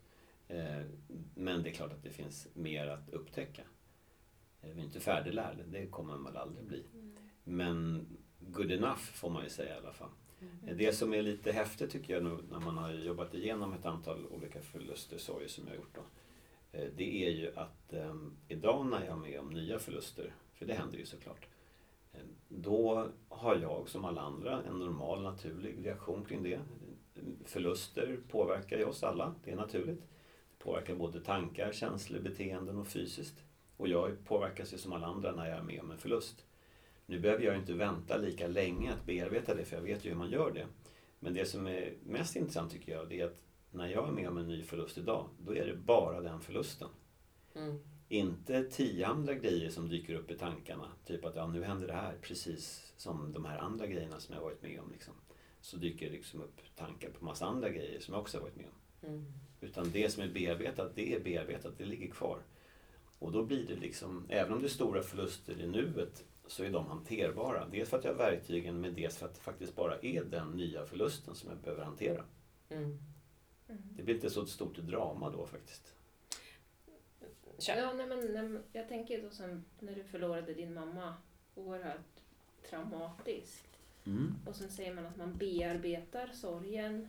Men det är klart att det finns mer att upptäcka. Vi är inte färdiglärda, det kommer man väl aldrig bli. Men good enough får man ju säga i alla fall. Det som är lite häftigt tycker jag nu när man har jobbat igenom ett antal olika förluster, sorger som jag har gjort då. Det är ju att idag när jag är med om nya förluster, för det händer ju såklart, då har jag som alla andra en normal naturlig reaktion kring det. Förluster påverkar ju oss alla, det är naturligt. Det påverkar både tankar, känslor, beteenden och fysiskt. Och jag påverkas ju som alla andra när jag är med om en förlust. Nu behöver jag inte vänta lika länge att bearbeta det, för jag vet ju hur man gör det. Men det som är mest intressant tycker jag, det är att när jag är med om en ny förlust idag, då är det bara den förlusten. Inte 10 andra grejer som dyker upp i tankarna. Typ att nu händer det här, precis som de här andra grejerna som jag varit med om. Liksom. Så dyker det liksom upp tankar på massa andra grejer som jag också har varit med om. Utan det som är bearbetat, det ligger kvar. Och då blir det liksom, även om det är stora förluster i nuet, så är de hanterbara. Dels för att jag har verktygen, men dels för att det faktiskt bara är den nya förlusten som jag behöver hantera. Det blir inte så ett stort drama då faktiskt. Ja, men jag tänker då som när du förlorade din mamma, oerhört traumatiskt. Och sen säger man att man bearbetar sorgen.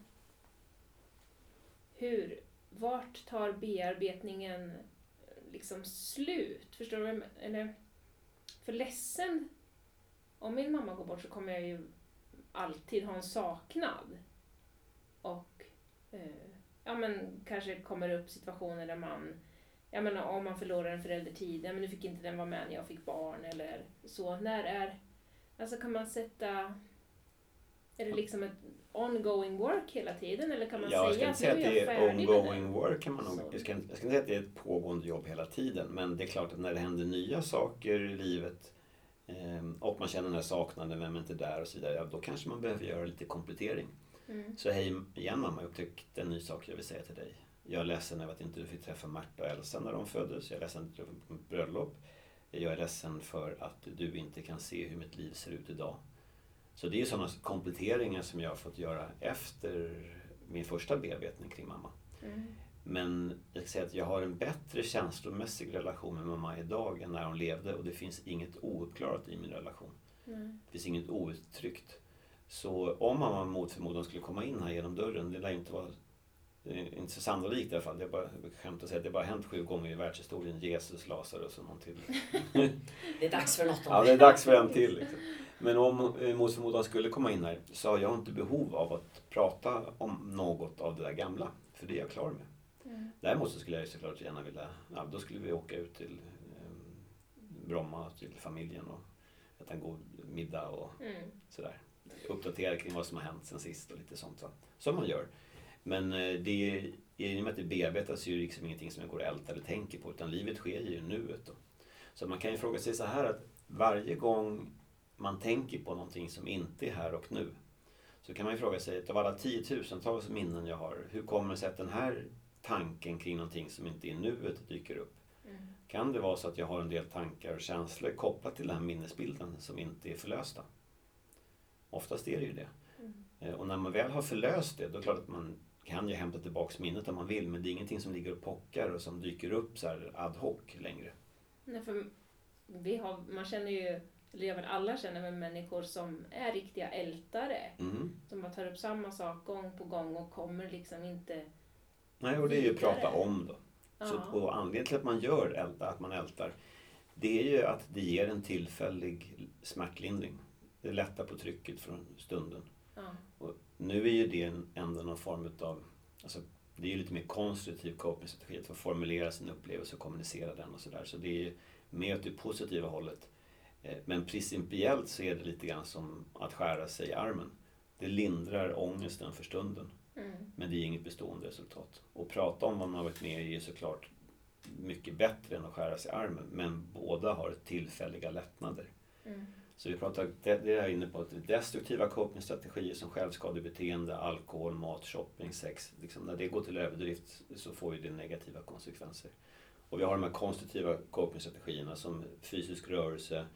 Vart tar bearbetningen liksom slut? Förstår du? Eller, för ledsen, om min mamma går bort så kommer jag ju alltid ha en saknad. Och kanske kommer upp situationer där man, om man förlorar en förälder tidigare, men nu fick inte den vara med när jag fick barn eller så. Kan man sätta, är det liksom ett ongoing work hela tiden, eller kan man säga att nu är jag färdig med det? Ongoing work kan man nog, jag ska inte säga att det är ett pågående jobb hela tiden, men det är klart att när det händer nya saker i livet och man känner den här saknaden, vem är inte där och så vidare, då kanske man behöver göra lite komplettering. Så hej igen mamma, jag upptäckte en ny sak jag vill säga till dig. Jag är ledsen över att inte du fick träffa Märta och Elsa när de föddes. Jag är ledsen att du fick ett bröllop. Jag är ledsen för att du inte kan se hur mitt liv ser ut idag. Så det är sådana kompletteringar som jag har fått göra efter min första bearbetning kring mamma. Men jag kan säga att jag har en bättre känslomässig relation med mamma idag än när hon levde, och det finns inget ouppklarat i min relation. Det finns inget outtryckt. Så om mamma mot förmodan skulle komma in här genom dörren, det lär inte vara, inte så sannolikt i alla fall. Det är bara skämt att säga att det bara hänt 7 gånger i världshistorien. Jesus, Lazarus och någon till. Det är dags för något. Ja, det är dags för en till. Liksom. Men om mot förmodan skulle komma in här, så har jag inte behov av att prata om något av det där gamla. För det är jag klar med. Däremot så skulle jag såklart gärna vilja, då skulle vi åka ut till Bromma, till familjen och äta en god middag och sådär. Uppdatera kring vad som har hänt sen sist och lite sånt, som man gör. Men i och med att det bearbetas så är det liksom ingenting som jag går och ältar eller tänker på, utan livet sker ju nuet då. Så man kan ju fråga sig så här, att varje gång man tänker på någonting som inte är här och nu, så kan man ju fråga sig, av alla 10,000-tals minnen jag har, hur kommer det sig att den här tanken kring någonting som inte är nuet dyker upp? Kan det vara så att jag har en del tankar och känslor kopplat till den här minnesbilden som inte är förlösta? Oftast är det ju det. Och när man väl har förlöst det, då är det klart att man kan ju hämta tillbaka minnet om man vill, men det är ingenting som ligger och pockar och som dyker upp så här ad hoc längre. Nej, för man känner ju, eller alla känner med människor som är riktiga ältare. Som bara tar upp samma sak gång på gång och kommer liksom inte. Nej, och det är ju att prata om då. Så, och anledningen till att man gör att man ältar, det är ju att det ger en tillfällig smärtlindring. Det lättar på trycket från stunden. Och nu är ju det ändå någon form av, alltså det är ju lite mer konstruktiv coping-strategi för att formulera sin upplevelse och kommunicera den och sådär. Så det är ju mer åt det positiva hållet. Men principiellt så är det lite grann som att skära sig i armen. Det lindrar ångesten för stunden. Men det är inget bestående resultat. Och prata om vad man har varit med i är såklart mycket bättre än att skära sig i armen. Men båda har tillfälliga lättnader. Så vi pratar, det är jag inne på, att destruktiva copingstrategier som självskadebeteende, alkohol, mat, shopping, sex. Liksom, när det går till överdrift så får ju det negativa konsekvenser. Och vi har de här konstruktiva copingstrategierna som fysisk rörelse,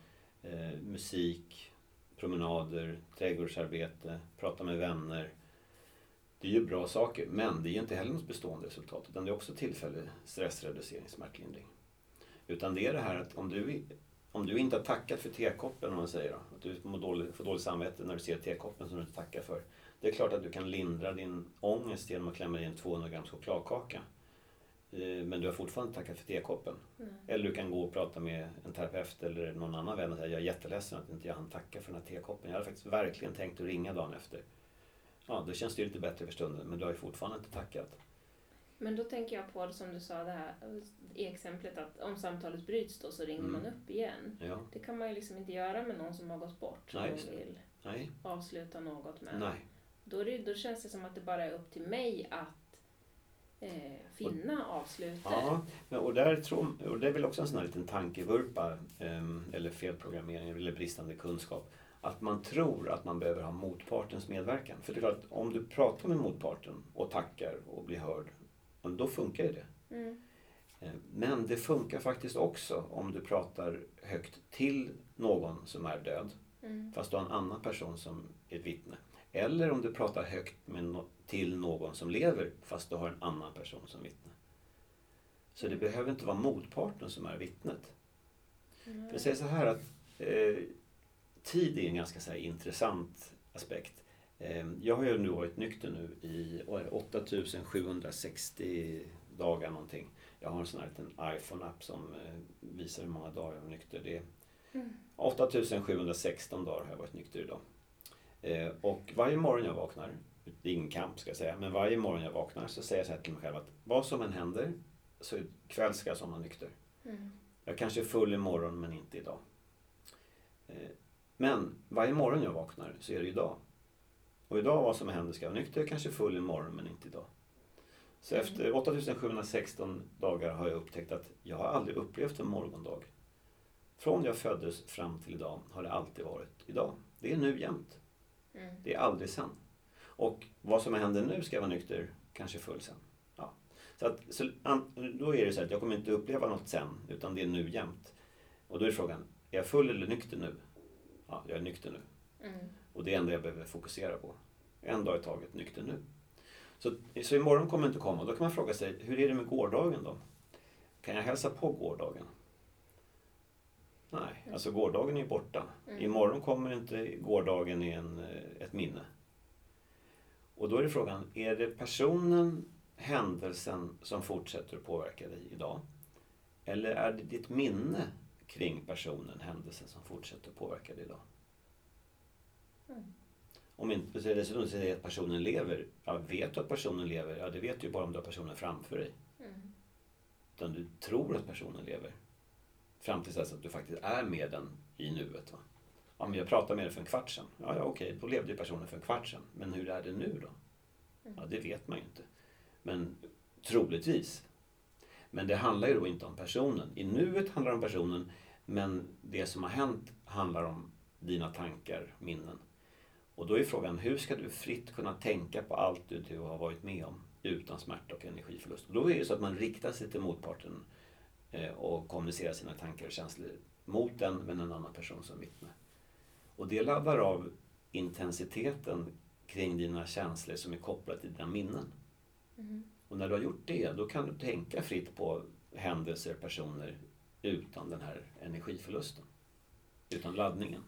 musik, promenader, trädgårdsarbete, prata med vänner. Det är ju bra saker, men det är inte heller något bestående resultat, utan det är också tillfällig stressreducering, smärtlindring. Utan det är det här att om du om du inte har tackat för tekoppen, om man säger då, att du får dåligt samvete när du ser tekoppen som du inte tackar för. Det är klart att du kan lindra din ångest genom att klämma i en 200 gram chokladkaka. Men du har fortfarande tackat för tekoppen. Eller du kan gå och prata med en terapeut eller någon annan vän och säga jag är jätteledsen att inte jag hann tacka för den här tekoppen. Jag hade faktiskt verkligen tänkt att ringa dagen efter. Ja, då känns det ju lite bättre för stunden, men du har ju fortfarande inte tackat. Men då tänker jag på det som du sa det här i exemplet att om samtalet bryts då så ringer man upp igen. Ja. Det kan man ju liksom inte göra med någon som har gått bort. Nej, som vill Nej. avsluta något med. Nej. Då känns det som att det bara är upp till mig att finna avslutet. Ja, och det är väl också en sån här liten tankevurpa eller felprogrammering eller bristande kunskap. Att man tror att man behöver ha motpartens medverkan. För det är klart att om du pratar med motparten och tackar och blir hörd, då funkar ju det. Men det funkar faktiskt också om du pratar högt till någon som är död. Fast du har en annan person som är ett vittne. Eller om du pratar högt till någon som lever fast du har en annan person som vittne. Så det behöver inte vara motparten som är vittnet. För jag säger så här att tid är en ganska så här intressant aspekt. Jag har ju nu varit nykter nu i 8760 dagar någonting. Jag har en sån här liten iPhone-app som visar hur många dagar jag är nykter. Det är 8716 dagar har jag varit nykter idag. Och varje morgon jag vaknar, det är ingen kamp ska jag säga, men varje morgon jag vaknar så säger jag så här till mig själv att vad som än händer så ikväll ska jag somna nykter. Jag kanske är full imorgon men inte idag. Men varje morgon jag vaknar så är det idag. Och idag vad som än händer ska jag vara nykter, kanske full imorgon men inte idag. Så efter 8716 dagar har jag upptäckt att jag har aldrig upplevt en morgondag. Från jag föddes fram till idag har det alltid varit idag. Det är nu jämt. Det är aldrig sen. Och vad som händer nu ska jag vara nykter, kanske full sen. Ja. Så då är det så att jag kommer inte uppleva något sen, utan det är nu jämt. Och då är frågan, är jag full eller nykter nu? Ja, jag är nykter nu. Och det är det enda jag behöver fokusera på. En dag i taget, nykter nu. Så imorgon kommer inte komma. Då kan man fråga sig, hur är det med gårdagen då? Kan jag hälsa på gårdagen? Nej, alltså gårdagen är borta. Imorgon kommer inte gårdagen i ett minne. Och då är det frågan, är det personen, händelsen som fortsätter att påverka dig idag? Eller är det ditt minne kring personen, händelsen som fortsätter att påverka dig idag? Om inte så är det så att säga att personen lever. Ja, vet du att personen lever? Ja, det vet du ju bara om du har personen framför dig. Utan du tror att personen lever. Fram till dess att du faktiskt är med den i nuet. Va? Om jag pratar med dig för en kvart sedan. Ja, okej, då levde ju personen för en kvart sedan. Men hur är det nu då? Ja, det vet man ju inte. Men troligtvis. Men det handlar ju då inte om personen. I nuet handlar det om personen. Men det som har hänt handlar om dina tankar, minnen. Och då är frågan, hur ska du fritt kunna tänka på allt du har varit med om utan smärta och energiförlust? Och då är det så att man riktar sig till motparten och kommunicerar sina tankar och känslor mot den men en annan person som vittne. Och det laddar av intensiteten kring dina känslor som är kopplade till dina minnen. Och när du har gjort det, då kan du tänka fritt på händelser, personer utan den här energiförlusten. Utan laddningen.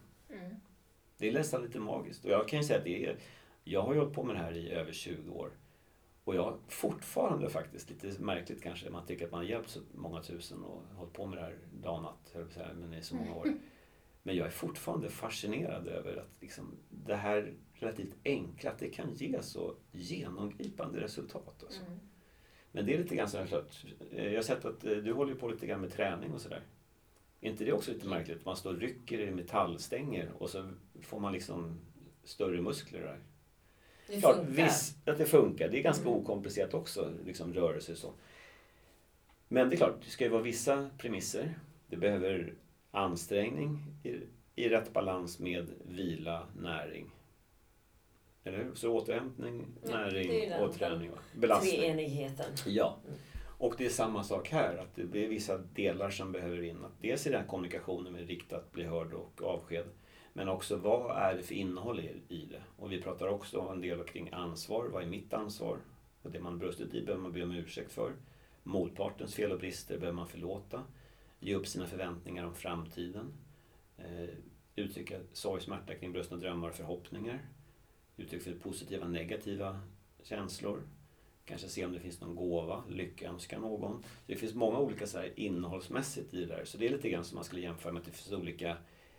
Det är nästan lite magiskt. Och jag kan ju säga att jag har hållit på med det här i över 20 år. Och jag fortfarande faktiskt, lite märkligt kanske, man tycker att man har hjälpt så många tusen och hållit på med det här dag och natt, men i så många år. Men jag är fortfarande fascinerad över att liksom, det här relativt enkla, att det kan ge så genomgripande resultat. Alltså. Men det är lite grann så här, jag har sett att du håller på lite grann med träning och sådär. Är inte det också lite märkligt? Man står och rycker i metallstänger och så får man liksom större muskler där. Det klart, funkar. visst att det funkar. Det är ganska okomplicerat också, liksom rörelse så. Men det är klart, det ska ju vara vissa premisser. Det behöver ansträngning i rätt balans med vila, näring. Eller hur? Så återhämtning, näring och träning. Belastning. Treenigheten. Ja. Och det är samma sak här, att det är vissa delar som behöver in. Dels är det här kommunikationen med riktat, bli hörd och avsked. Men också vad är det för innehåll i det? Och vi pratar också en del kring ansvar. Vad är mitt ansvar? Och det man brustit i behöver man be om ursäkt för. Motpartens fel och brister behöver man förlåta. ge upp sina förväntningar om framtiden, uttrycka sorg, smärta kring brustna drömmar och förhoppningar, uttrycka för positiva, negativa känslor, kanske se om det finns någon gåva, lyckönska någon. Det finns många olika så här innehållsmässigt i det där, så det är lite grann som man skulle jämföra med att det finns olika,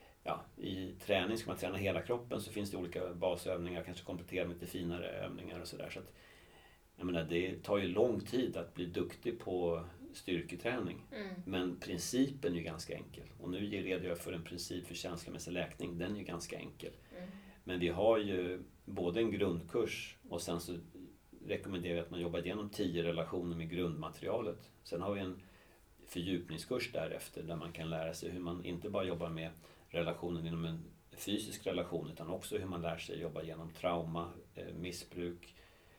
i träning ska man träna hela kroppen, så finns det olika basövningar, kanske komplettera med lite finare övningar och sådär. Så att, jag menar, det tar ju lång tid att bli duktig på styrketräning. Men principen är ju ganska enkel. Och nu redogör jag för en princip för känslomässig läkning. Den är ju ganska enkel. Men vi har ju både en grundkurs och sen så rekommenderar vi att man jobbar igenom 10 relationer med grundmaterialet. Sen har vi en fördjupningskurs därefter där man kan lära sig hur man inte bara jobbar med relationen inom en fysisk relation utan också hur man lär sig jobba genom trauma, missbruk,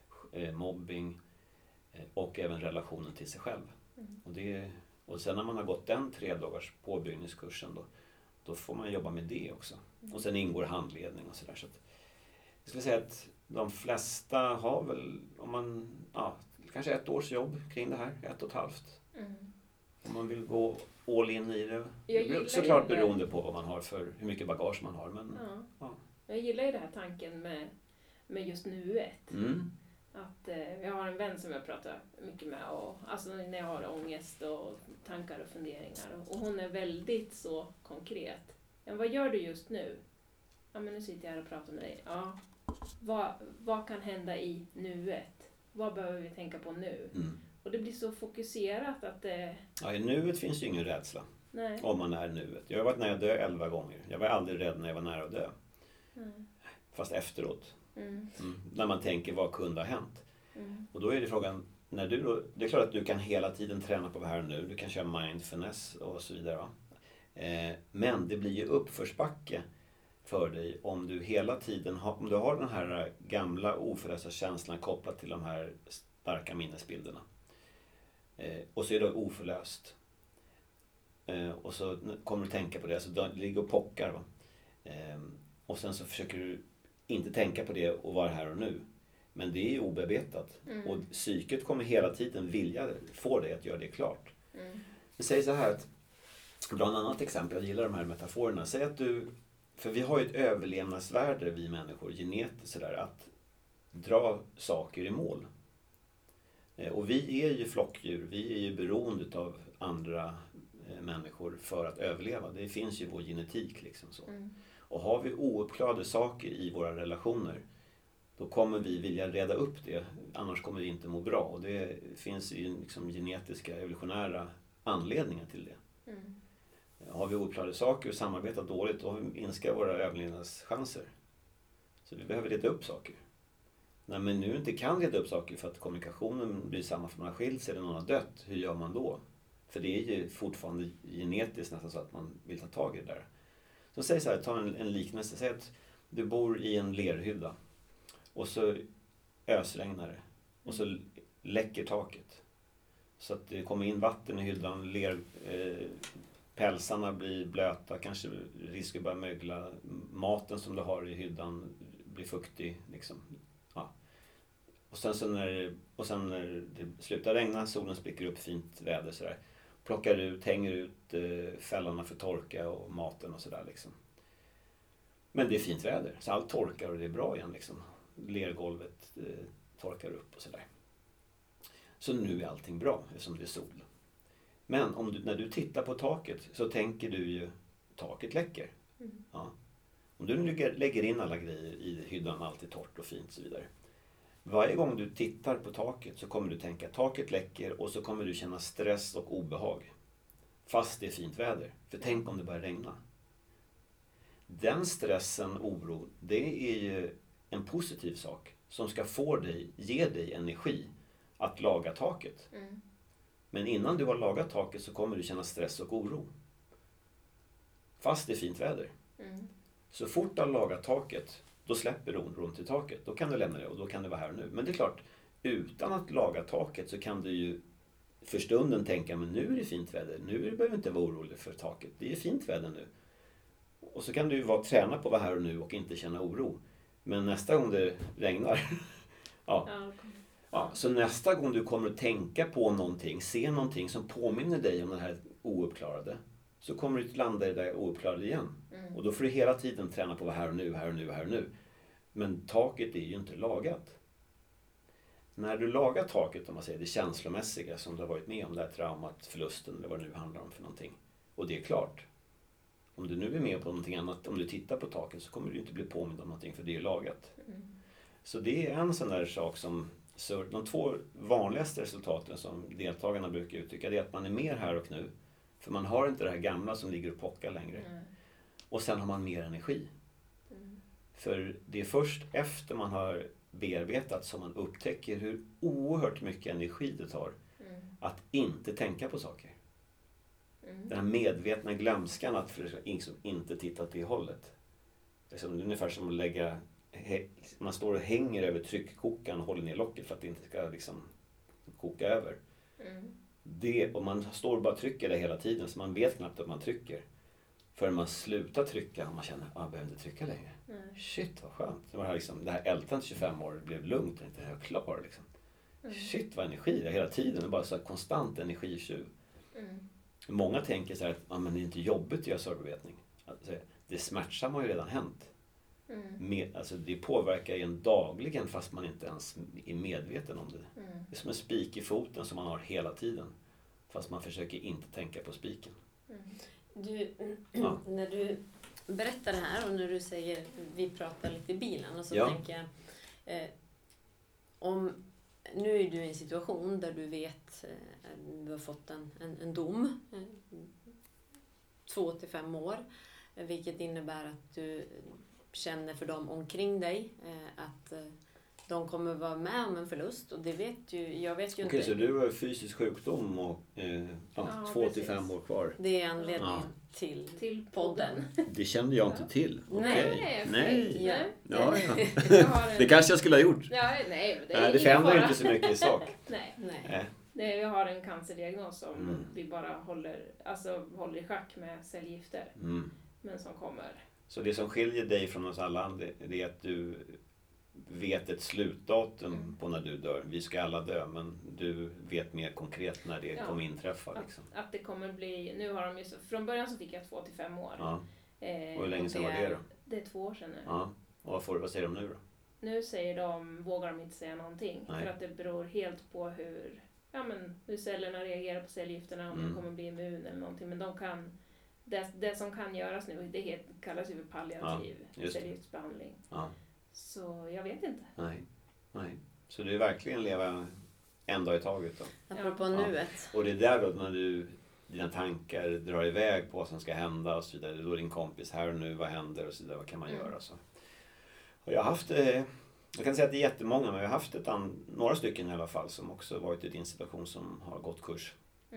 mobbing och även relationen till sig själv. Och sen när man har gått den 3 dagars påbyggningskursen då får man jobba med det också. Och sen ingår handledning och sådär. Så jag skulle säga att de flesta har väl, om man, kanske 1 års jobb kring det här, 1,5. Om man vill gå all in i det. Såklart beroende på vad man har för, hur mycket bagage man har. Men, Jag gillar ju den här tanken med just nuet. Att jag har en vän som jag pratar mycket med, och alltså när jag har ångest och tankar och funderingar, och hon är väldigt så konkret. Ja, vad gör du just nu? Ja, men nu sitter jag här och pratar med dig. Ja, vad kan hända i nuet? Vad behöver vi tänka på nu? Och det blir så fokuserat att det... Ja, i nuet finns ju ingen rädsla. Nej. Om man är nuet. Jag har varit nära att dö 11 gånger. Jag var aldrig rädd när jag var nära att dö. Fast efteråt. När man tänker vad kunde ha hänt. Och då är det frågan, det är klart att du kan hela tiden träna på det här nu. Du kan köra mindfulness och så vidare. Va? Men det blir ju uppförsbacke för dig om du hela tiden om du har den här gamla oförlösta känslan kopplat till de här starka minnesbilderna. Och så är det oförlöst. Och så kommer du tänka på det. Så du ligger och pockar. Va? Och sen så försöker du inte tänka på det och vara här och nu. Men det är ju obearbetat. Och psyket kommer hela tiden vilja få dig att göra det klart. Vi säger så här att, bland annat exempel, jag gillar de här metaforerna. Säg att för vi har ju ett överlevnadsvärde, vi människor, genetiskt sådär, att dra saker i mål. Och vi är ju flockdjur, vi är ju beroende av andra människor för att överleva. Det finns ju vår genetik liksom så. Och har vi ouppklarade saker i våra relationer, då kommer vi vilja reda upp det, annars kommer vi inte må bra. Och det finns ju liksom genetiska, evolutionära anledningar till det. Har vi ouppklarade saker och samarbetar dåligt, då minskar våra överlevnadschanser. Så vi behöver reda upp saker. När man nu inte kan reda upp saker för att kommunikationen blir samma för man har skilt sig eller någon har dött, hur gör man då? För det är ju fortfarande genetiskt nästan så att man vill ta tag i det där. Så säg så här, ta en liknelse. Säg att du bor i en lerhydda och så ösregnar det och så läcker taket. Så att det kommer in vatten i hyddan, pälsarna blir blöta, kanske risk att börja mögla, maten som du har i hyddan blir fuktig liksom. Ja. Och sen när det slutar regna, solen spricker upp, fint väder sådär, plockar ut, hänger ut fällarna för torka och maten och sådär liksom. Men det är fint väder, så allt torkar och det är bra igen liksom. Lergolvet torkar upp och sådär. Så nu är allting bra eftersom det är sol. Men när du tittar på taket så tänker du ju, taket läcker. Ja. Om du nu lägger in alla grejer i hyddan, allt är torrt och fint och så vidare. Varje gång du tittar på taket så kommer du tänka taket läcker och så kommer du känna stress och obehag. Fast det är fint väder. För tänk om det börjar regna. Den stressen, oro, det är ju en positiv sak som ska ge dig energi att laga taket. Men innan du har lagat taket så kommer du känna stress och oro. Fast det är fint väder. Så fort du har lagat taket, då släpper oron till taket. Då kan du lämna det och då kan du vara här nu. Men det är klart, utan att laga taket så kan du ju för stunden tänka, men nu är det fint väder. Nu behöver du inte vara orolig för taket. Det är fint väder nu. Och så kan du ju träna på att vara här och nu och inte känna oro. Men nästa gång det regnar, så nästa gång du kommer att tänka på någonting, se någonting som påminner dig om den här ouppklarade, så kommer du landa i det där ouppklarade igen. Och då får du hela tiden träna på vad här och nu, här och nu, här och nu. Men taket är ju inte lagat. När du lagar taket, om man säger det känslomässiga som du har varit med om, det här traumat, förlusten eller vad det nu handlar om för någonting. Och det är klart. Om du nu är med på någonting annat, om du tittar på taket, så kommer du inte bli påmind om någonting, för det är lagat. Så det är en sån där sak som, så de 2 vanligaste resultaten som deltagarna brukar uttrycka, det är att man är mer här och nu. För man har inte det här gamla som ligger och pockar längre. Och sen har man mer energi. För det är först efter man har bearbetat som man upptäcker hur oerhört mycket energi det tar att inte tänka på saker. Den här medvetna glömskan att inte titta åt det hållet. Det är ungefär som att lägga, man står och hänger över tryckkokaren och håller ner locket för att det inte ska liksom koka över. Och man står och bara trycker det hela tiden, så man vet knappt att man trycker. Förrän man slutar trycka och man känner att jag behöver inte trycka längre. Shit vad skönt. Det här ältandet 25 år blev lugnt och inte är klar. Liksom. Shit vad energi det är hela tiden. Det är bara så här konstant energitjuv. Många tänker så här att men det är inte jobbigt att göra sorgbearbetning. Alltså, det smärtsamma har ju redan hänt. Alltså, det påverkar en dagligen fast man inte ens är medveten om det. Det är som en spik i foten som man har hela tiden. Fast man försöker inte tänka på spiken. När du berättar det här och när du säger vi pratar lite i bilen, och så tänker jag nu är du i en situation där du vet du har fått en dom 2 till 5 år, vilket innebär att du känner för dem omkring dig att de kommer vara med om en förlust, och det vet ju, jag vet ju inte. Okej, så du har fysisk sjukdom och 2 till 5 år kvar. Det är anledningen till podden. Det kände jag inte till. Nej. Ja. Det kanske jag skulle ha gjort. Det förändrar inte så mycket i sak. Nej, vi har en cancerdiagnos som vi bara håller i schack med cellgifter. Men som kommer. Så det som skiljer dig från oss alla, det är att du vet ett slutdatum på när du dör. Vi ska alla dö, men du vet mer konkret när det kommer inträffa. Liksom. Att det kommer bli, nu har de ju, från början så fick jag 2 till 5 år. Ja. Och hur länge sedan var det då? Det är 2 år sedan nu. Ja. Och vad säger de nu då? Nu vågar de inte säga någonting. Nej. För att det beror helt på hur cellerna reagerar på cellgifterna, om de kommer bli immun eller någonting. Men de kan, det som kan göras nu, det kallas ju för palliativ cellgiftsbehandling. Ja. Så jag vet inte. Nej. Så du verkligen leva en dag i taget då? Apropå nuet. Och det är där då när dina tankar drar iväg på vad som ska hända och så vidare. Då är din kompis här och nu, vad händer och så vidare, vad kan man göra så. Och jag har haft, jag kan säga att det är jättemånga, men jag har haft några stycken i alla fall som också varit i din situation som har gått kurs.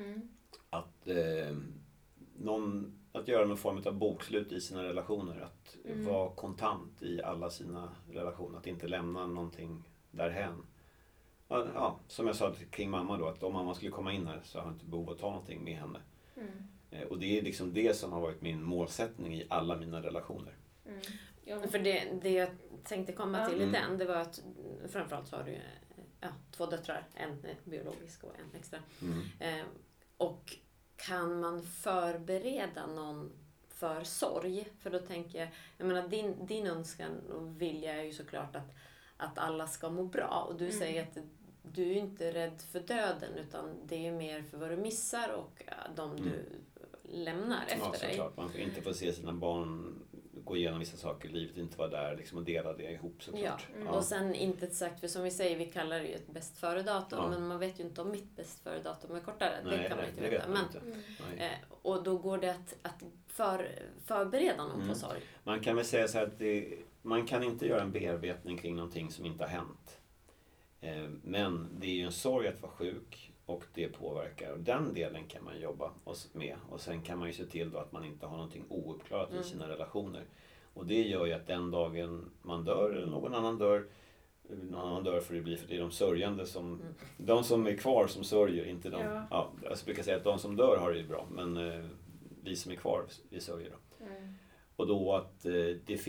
Att göra någon form av bokslut i sina relationer. Att vara kontant i alla sina relationer. Att inte lämna någonting därhän. Ja, som jag sa kring mamma då. Att om mamma skulle komma in här så har jag inte behov att ta någonting med henne. Och det är liksom det som har varit min målsättning i alla mina relationer. För det jag tänkte komma till i den, det var att framförallt så har du 2 döttrar. En biologisk och en extra. Och kan man förbereda någon för sorg? För då tänker jag menar din önskan och vilja är ju såklart att alla ska må bra. Och du säger att du är inte rädd för döden, utan det är mer för vad du missar och de du lämnar efter dig. Ja, såklart. Man får inte få se sina barn gå igenom vissa saker i livet, inte vara där liksom, och dela det ihop såklart. Ja. Och sen inte sagt, för som vi säger, vi kallar det ju ett bäst före-datum, men man vet ju inte om mitt bäst före-datum är kortare. Nej, det kan man inte veta. Och då går det att förbereda någon på sorg. Man kan väl säga så här att man kan inte göra en bearbetning kring någonting som inte har hänt. Men det är ju en sorg att vara sjuk och det påverkar. Och den delen kan man jobba med. Och sen kan man ju se till då att man inte har någonting ouppklarat i sina relationer. Och det gör ju att den dagen man dör eller någon annan dör får det bli, för det är de sörjande som de som är kvar som sörjer, inte de. Ja, jag brukar säga att de som dör har det ju bra, men vi som är kvar, vi sörjer då. Och då att det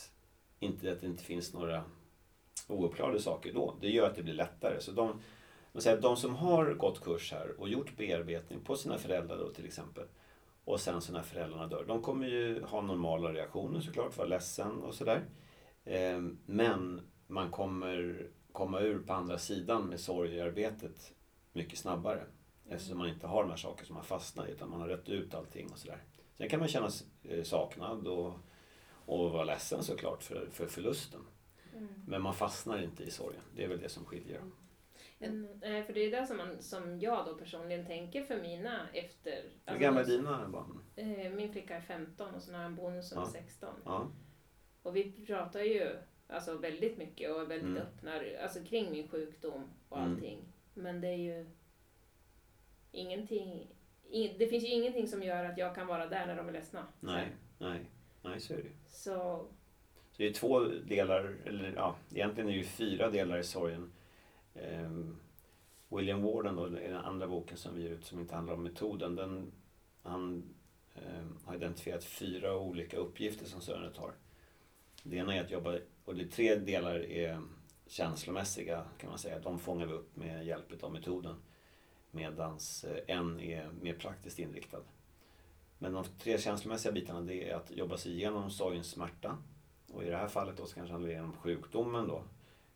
inte finns några ouppklarade saker då. Det gör att det blir lättare. Så man säger, de som har gått kurs här och gjort bearbetning på sina föräldrar då till exempel, och sen så när föräldrarna dör, de kommer ju ha normala reaktioner såklart, vara ledsen och sådär. Men man kommer komma ur på andra sidan med sorgearbetet mycket snabbare. Eftersom man inte har de här saker som man fastnar i, utan man har rätt ut allting och sådär. Sen kan man känna saknad och vara ledsen såklart för förlusten. Men man fastnar inte i sorgen. Det är väl det som skiljer. För det är det som jag då personligen tänker för mina efter... Hur gamla är dina barn? Min flicka är 15 och så har jag en bonus som är 16. Ja. Och vi pratar ju alltså väldigt mycket och är väldigt öppna alltså, kring min sjukdom och allting. Men det är ju ingenting... Det finns ju ingenting som gör att jag kan vara där när de är ledsna. Nej, så är det. Så det är 2 delar, eller ja, egentligen är det ju 4 delar i sorgen. William Warden då, den andra boken som vi ger ut som inte handlar om metoden, han har identifierat 4 olika uppgifter som sörjandet har. Det ena är att jobba, och det 3 delar är känslomässiga kan man säga, de fångar vi upp med hjälp av metoden. Medans en är mer praktiskt inriktad. Men de 3 känslomässiga bitarna, det är att jobba sig igenom sorgens smärta. Och i det här fallet då så kanske handlar det om sjukdomen då.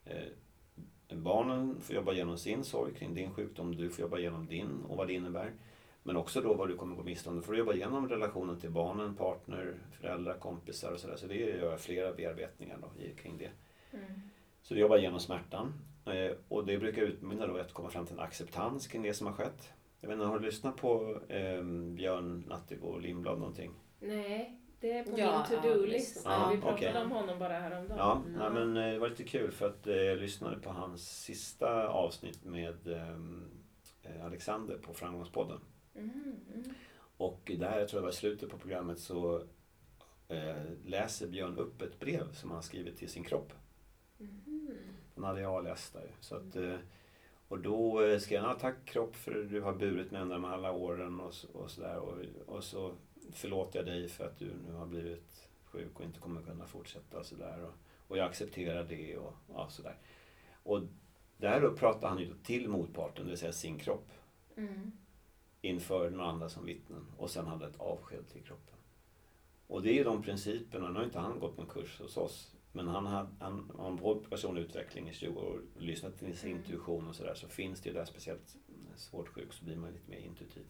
Barnen får jobba igenom sin sorg kring din sjukdom, du får jobba igenom din och vad det innebär. Men också då vad du kommer gå miste om. Du får jobba igenom relationen till barnen, partner, föräldrar, kompisar och sådär. Så det gör flera bearbetningar då kring det. Så du jobbar igenom smärtan. Och det brukar utmynna då att komma fram till en acceptans kring det som har skett. Jag vet inte, har du lyssnat på Björn Natthegård Lindblad någonting? Nej, det är på min to-do-list. Vi pratade om honom bara häromdagen. Ja, men det var lite kul för att jag lyssnade på hans sista avsnitt med Alexander på Framgångspodden. Och där, jag tror det var slutet på programmet, så läser Björn upp ett brev som han skrivit till sin kropp. Den hade jag läst där. Så att, och då skrev han, tack kropp för att du har burit mig under alla åren och sådär. Och så förlåter jag dig för att du nu har blivit sjuk och inte kommer kunna fortsätta och sådär. Och jag accepterar det och sådär. Och där då pratar han ju till motparten, det vill säga sin kropp. Inför några andra som vittnen. Och sen hade ett avsked till kroppen. Och det är ju de principerna, nu har inte han gått någon kurs hos oss. Men han har en bra personlig utveckling i 20 år och lyssnat till sin intuition och sådär. Så finns det ju där, speciellt svårt sjuk så blir man lite mer intuitiv.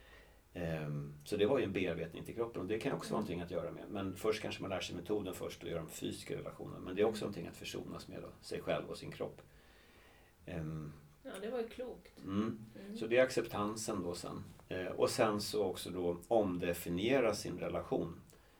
Så det var ju en bearbetning till kroppen och det kan också vara någonting att göra med. Men först kanske man lär sig metoden först och gör de fysiska relationerna. Men det är också någonting att försonas med då, sig själv och sin kropp. Ja, det var ju klokt. Så det är acceptansen då sen. Och sen så också då omdefiniera sin relation.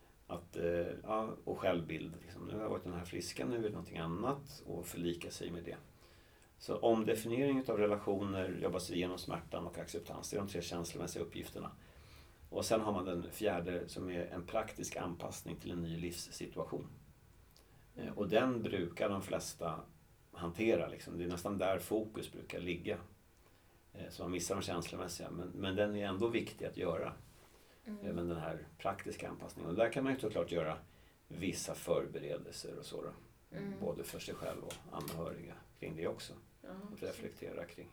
Och självbild. Liksom. Nu har jag varit den här friska, nu är det någonting annat och förlika sig med det. Så omdefiniering av relationer, jobba sig igenom smärtan och acceptans. Det är de 3 känslomässiga uppgifterna. Och sen har man den 4:e som är en praktisk anpassning till en ny livssituation. Och den brukar de flesta hantera. Liksom. Det är nästan där fokus brukar ligga. Så man missar de känslomässiga. Men den är ändå viktig att göra. Även den här praktiska anpassningen. Och där kan man ju såklart göra vissa förberedelser och så då. Både för sig själv och anhöriga kring det också. Att reflektera kring.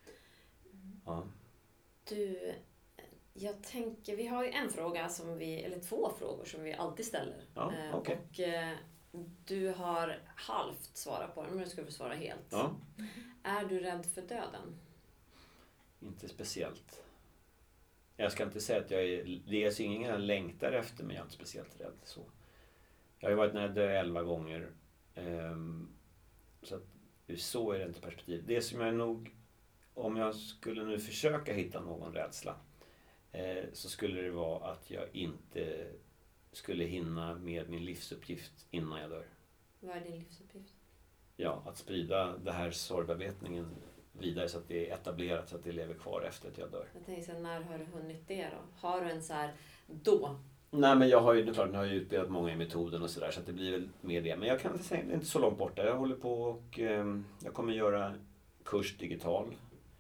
Ja. Du, jag tänker, vi har ju en fråga eller 2 frågor som vi alltid ställer. Ja, okay. Och du har halvt svarat på den, men nu ska du svara helt. Ja. Är du rädd för döden? Inte speciellt. Jag ska inte säga att det är ingen jag längtar efter, men jag är inte speciellt rädd så. Jag har ju varit nära 11 gånger. Så att så är det inte perspektiv. Det som jag nog, om jag skulle nu försöka hitta någon rädsla, så skulle det vara att jag inte skulle hinna med min livsuppgift innan jag dör. Vad är din livsuppgift? Ja, att sprida det här sorgbearbetningen vidare så att det är etablerat, så att det lever kvar efter att jag dör. Jag tänker så, när har du hunnit det då? Har du en så här då? Nej, men jag har ju utbildat många i metoden och sådär, så att det blir väl mer det. Men jag kan inte säga, det är inte så långt borta. Jag håller på och jag kommer göra kurs digital.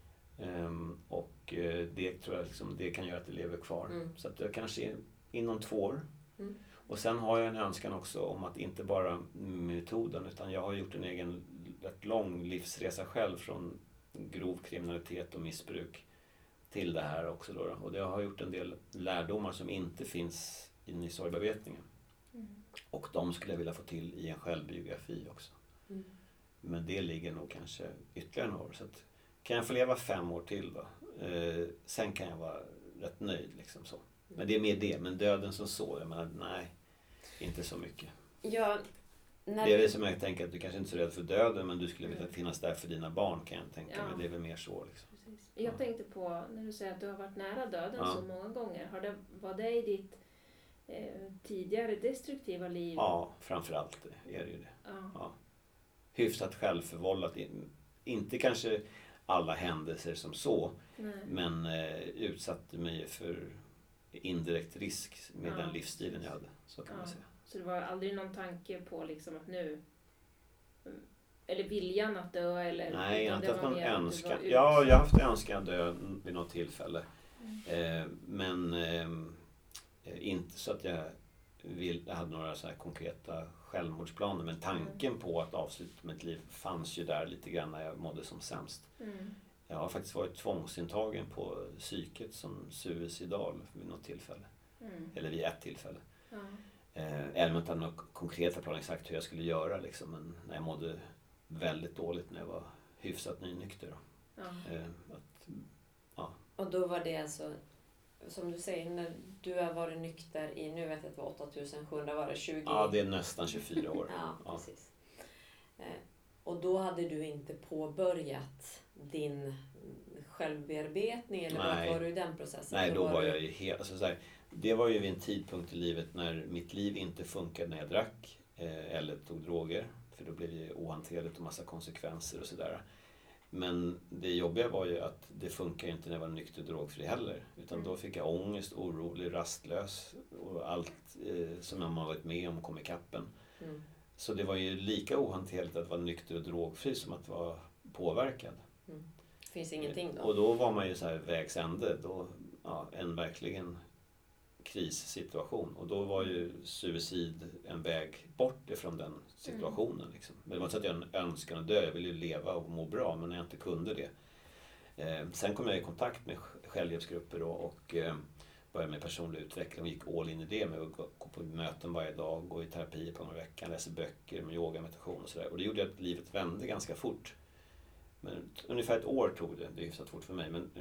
Och det tror jag liksom, det kan göra att det lever kvar. Så att det kanske inom 2 år. Och sen har jag en önskan också om att inte bara metoden, utan jag har gjort en egen rätt lång livsresa själv från grov kriminalitet och missbruk till det här också då. Och det har gjort en del lärdomar som inte finns in i sorgbearbetningen. Och de skulle jag vilja få till i en självbiografi också. Men det ligger nog kanske ytterligare några år. Så att, kan jag få leva 5 år till då? Sen kan jag vara rätt nöjd liksom så. Men det är mer det. Men döden som så, jag menar, nej, inte så mycket. Ja, det är väl som jag tänker att du kanske inte är så rädd för döden, men du skulle vilja finnas där för dina barn, kan jag tänka. Men det är väl mer så liksom. Precis. Jag tänkte på, när du säger att du har varit nära döden så många gånger. Var det i ditt tidigare destruktiva liv? Ja, framförallt är det ju det. Ja. Hyfsat självförvållat. Inte kanske alla händelser som så. Nej. Men utsatte mig för indirekt risk med den livsstilen jag hade. Så kan man säga. Så det var aldrig någon tanke på liksom att nu... Eller viljan att dö? Eller, nej, jag har inte haft någon önskan. Ja, jag har haft önskan att dö vid något tillfälle. Men inte så att jag hade några så här konkreta självmordsplaner. Men tanken på att avsluta mitt liv fanns ju där lite grann när jag mådde som sämst. Jag har faktiskt varit tvångsintagen på psyket som suicidal vid något tillfälle. Eller vid ett tillfälle. Även om jag inte hade några konkreta planer exakt hur jag skulle göra. Liksom. Men när jag mådde väldigt dåligt när jag var hyfsat nynykter. Och då var det alltså, som du säger, när du har varit nykter i, nu vet jag att det var 8700, var det 20? Ja, det är nästan 24 år. Ja, precis. Och då hade du inte påbörjat din självbearbetning, eller nej. var du i den processen? Nej, då var jag ju helt... Alltså, så här, det var ju vid en tidpunkt i livet när mitt liv inte funkade när jag drack eller tog droger. För då blev det ohanterligt och massa konsekvenser och sådär. Men det jobbiga var ju att det funkar inte när jag var nykter och drogfri heller. Utan då fick jag ångest, orolig, rastlös och allt som jag har varit med om kom i kappen. Så det var ju lika ohanterligt att vara nykter och drogfri som att vara påverkad. Det finns ingenting då. Och då var man ju så här vägs ände. Då, en verkligen krissituation. Och då var ju suicid en väg bort ifrån den situationen. Liksom. Men det var inte så att jag önskade att dö. Jag ville ju leva och må bra, men när jag inte kunde det. Sen kom jag i kontakt med självhjälpsgrupper och började med personlig utveckling och gick all in i det med att gå på möten varje dag, gå i terapi på några veckor, läsa böcker med yoga, meditation och sådär. Och det gjorde att livet vände ganska fort. Men ungefär ett år tog det. Det är hyfsat fort för mig, men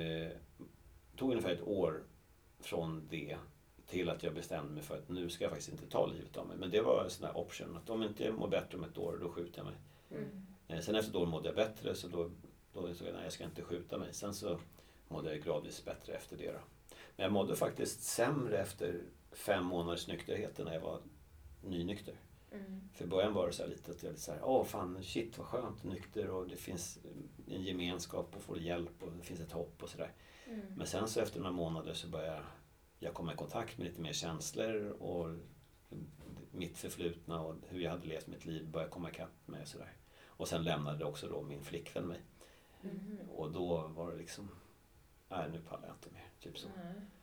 tog ungefär ett år från det till att jag bestämde mig för att nu ska jag faktiskt inte ta livet av mig. Men det var en sån där option att om inte jag mår bättre om ett år, då skjuter jag mig. Sen efter ett år mådde jag bättre, så då såg jag, nej, jag ska inte skjuta mig. Sen så mådde jag gradvis bättre efter det då. Men jag mådde faktiskt sämre efter 5 månaders nykterhet när jag var nynykter. För i början var det så här lite att jag så här, fan shit vad skönt nykter och det finns en gemenskap och får hjälp och det finns ett hopp och sådär. Men sen så efter några månader så började jag komma i kontakt med lite mer känslor och mitt förflutna och hur jag hade levt mitt liv började komma ikapp mig och sådär. Och sen lämnade också då min flickvän mig. Och då var det liksom, nej nu pallar jag inte mer, typ så.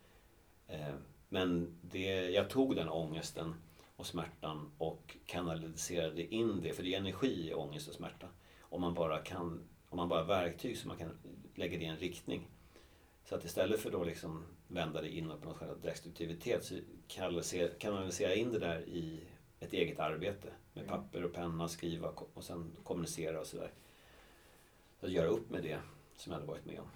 Men jag tog den ångesten och smärtan och kanaliserade in det, för det är energi i ångest och smärta. Om man bara har verktyg så man kan lägga det i en riktning. Så att istället för då liksom vända det inåt på någon själv destruktivitet så kanalisera in det där i ett eget arbete med papper och penna, skriva och sen kommunicera och sådär. Så att göra upp med det som jag hade varit med om.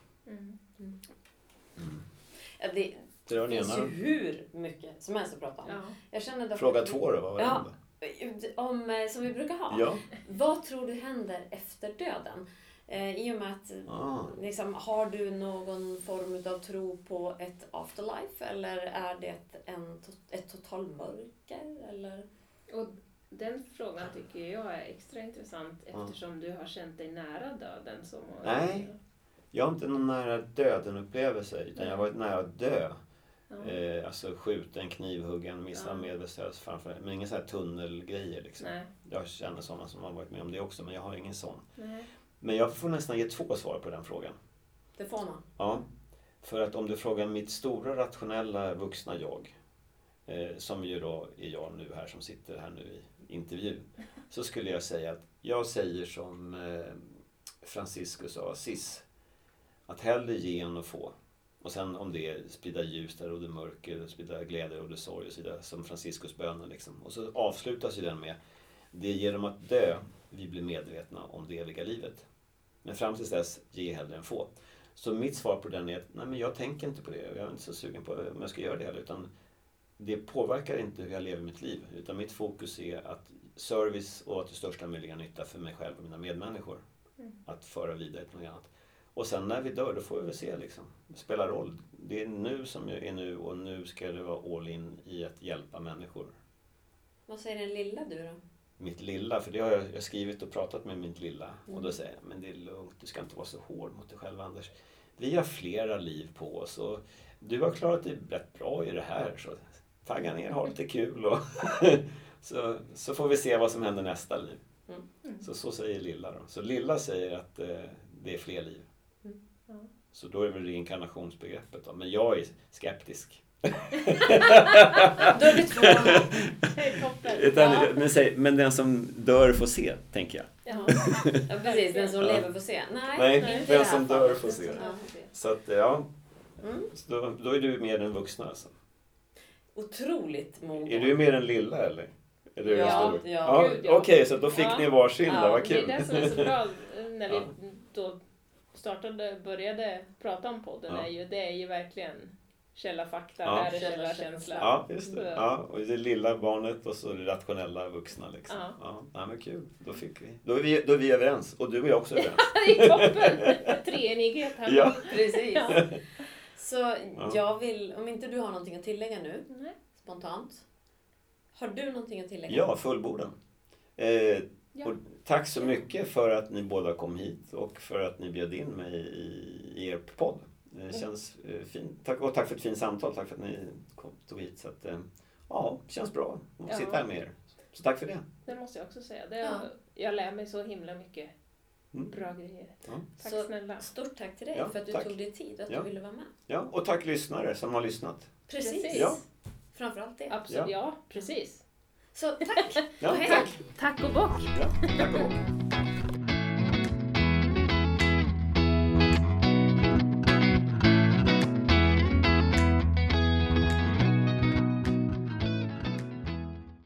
Ja, det finns ju hur mycket som helst att prata om. Jag känner Fråga 2 då, vad var det? Som vi brukar ha. Ja. Vad tror du händer efter döden? I och med att liksom, har du någon form av tro på ett afterlife eller är det ett total mörker? Eller? Och den frågan tycker jag är extra intressant eftersom du har känt dig nära döden så många Nej, jag har inte någon nära döden upplevelse utan jag har varit nära att dö. Alltså skjuten, knivhuggen, missad medvetslös framför men ingen så här tunnelgrejer liksom. Jag känner sådana som har varit med om det också men jag har ingen sån. Men jag får nästan ge 2 svar på den frågan. Det får man. Ja, för att om du frågar mitt stora rationella vuxna jag som ju då är jag nu här som sitter här nu i intervju så skulle jag säga att jag säger som Franciscus av Assisi. Att hellre ge än att få. Och sen om det är sprida ljus där och det mörker, sprida glädje och det sorg och så vidare, som Franciscus bönen liksom. Och så avslutas ju den med: det är genom att dö vi blir medvetna om det eviga livet. Men fram tills dess, ge hellre än få. Så mitt svar på den är att nej, men jag tänker inte på det. Jag är inte så sugen på om jag ska göra det heller. Utan det påverkar inte hur jag lever mitt liv. Utan mitt fokus är att service och till största möjliga nytta för mig själv och mina medmänniskor. Att föra vidare till något annat. Och sen när vi dör, då får vi väl se liksom. Det spelar roll. Det är nu som jag är nu, och nu ska det vara all in i att hjälpa människor. Vad säger den lilla du då? Mitt lilla, för det har jag skrivit och pratat med mitt lilla. Och då säger jag, men det är lugnt, du ska inte vara så hård mot dig själv, Anders. Vi har flera liv på oss och du har klarat dig rätt bra i det här. Så tagga ner, ha lite kul och så får vi se vad som händer nästa liv. Så säger lilla då. Så lilla säger att det är fler liv. Så då är det väl reinkarnationsbegreppet då. Men jag är skeptisk. Då är det två. Men den som dör får se, tänker jag. Ja, precis. Den som lever får se. Nej, den som dör får se. Ja. Så att, så då är du mer den vuxna alltså. Otroligt mogen. Är du mer den lilla eller? Är du Ja. Okej, så då fick ni varsin då, vad kul. Det är det som är så bra när vi då började prata om podden. Det är ju verkligen källa fakta, här är källa känsla. Ja, just det. Ja, och det lilla barnet och så det rationella vuxna liksom. Ja, men kul. Då fick vi. Då är vi överens. Och du och jag också överens. Det är toppen. Treenighet här. Ja, precis. Ja. Så jag vill, om inte du har någonting att tillägga nu, spontant. Har du någonting att tillägga? Ja, fullbordan. Och tack så mycket för att ni båda kom hit och för att ni bjöd in mig i er podd. Det känns fint. Och tack för ett fint samtal. Tack för att ni tog hit. Så att, det känns bra att sitta här med er. Så tack för det. Det måste jag också säga. Jag lär mig så himla mycket bra grejer. Tack så snälla. Stort tack till dig för att du tog dig tid att du ville vara med. Ja, och tack lyssnare som har lyssnat. Precis. Ja. Framförallt det. Absolut, ja precis. Så tack. Tack och bock. Ja, tack och bock.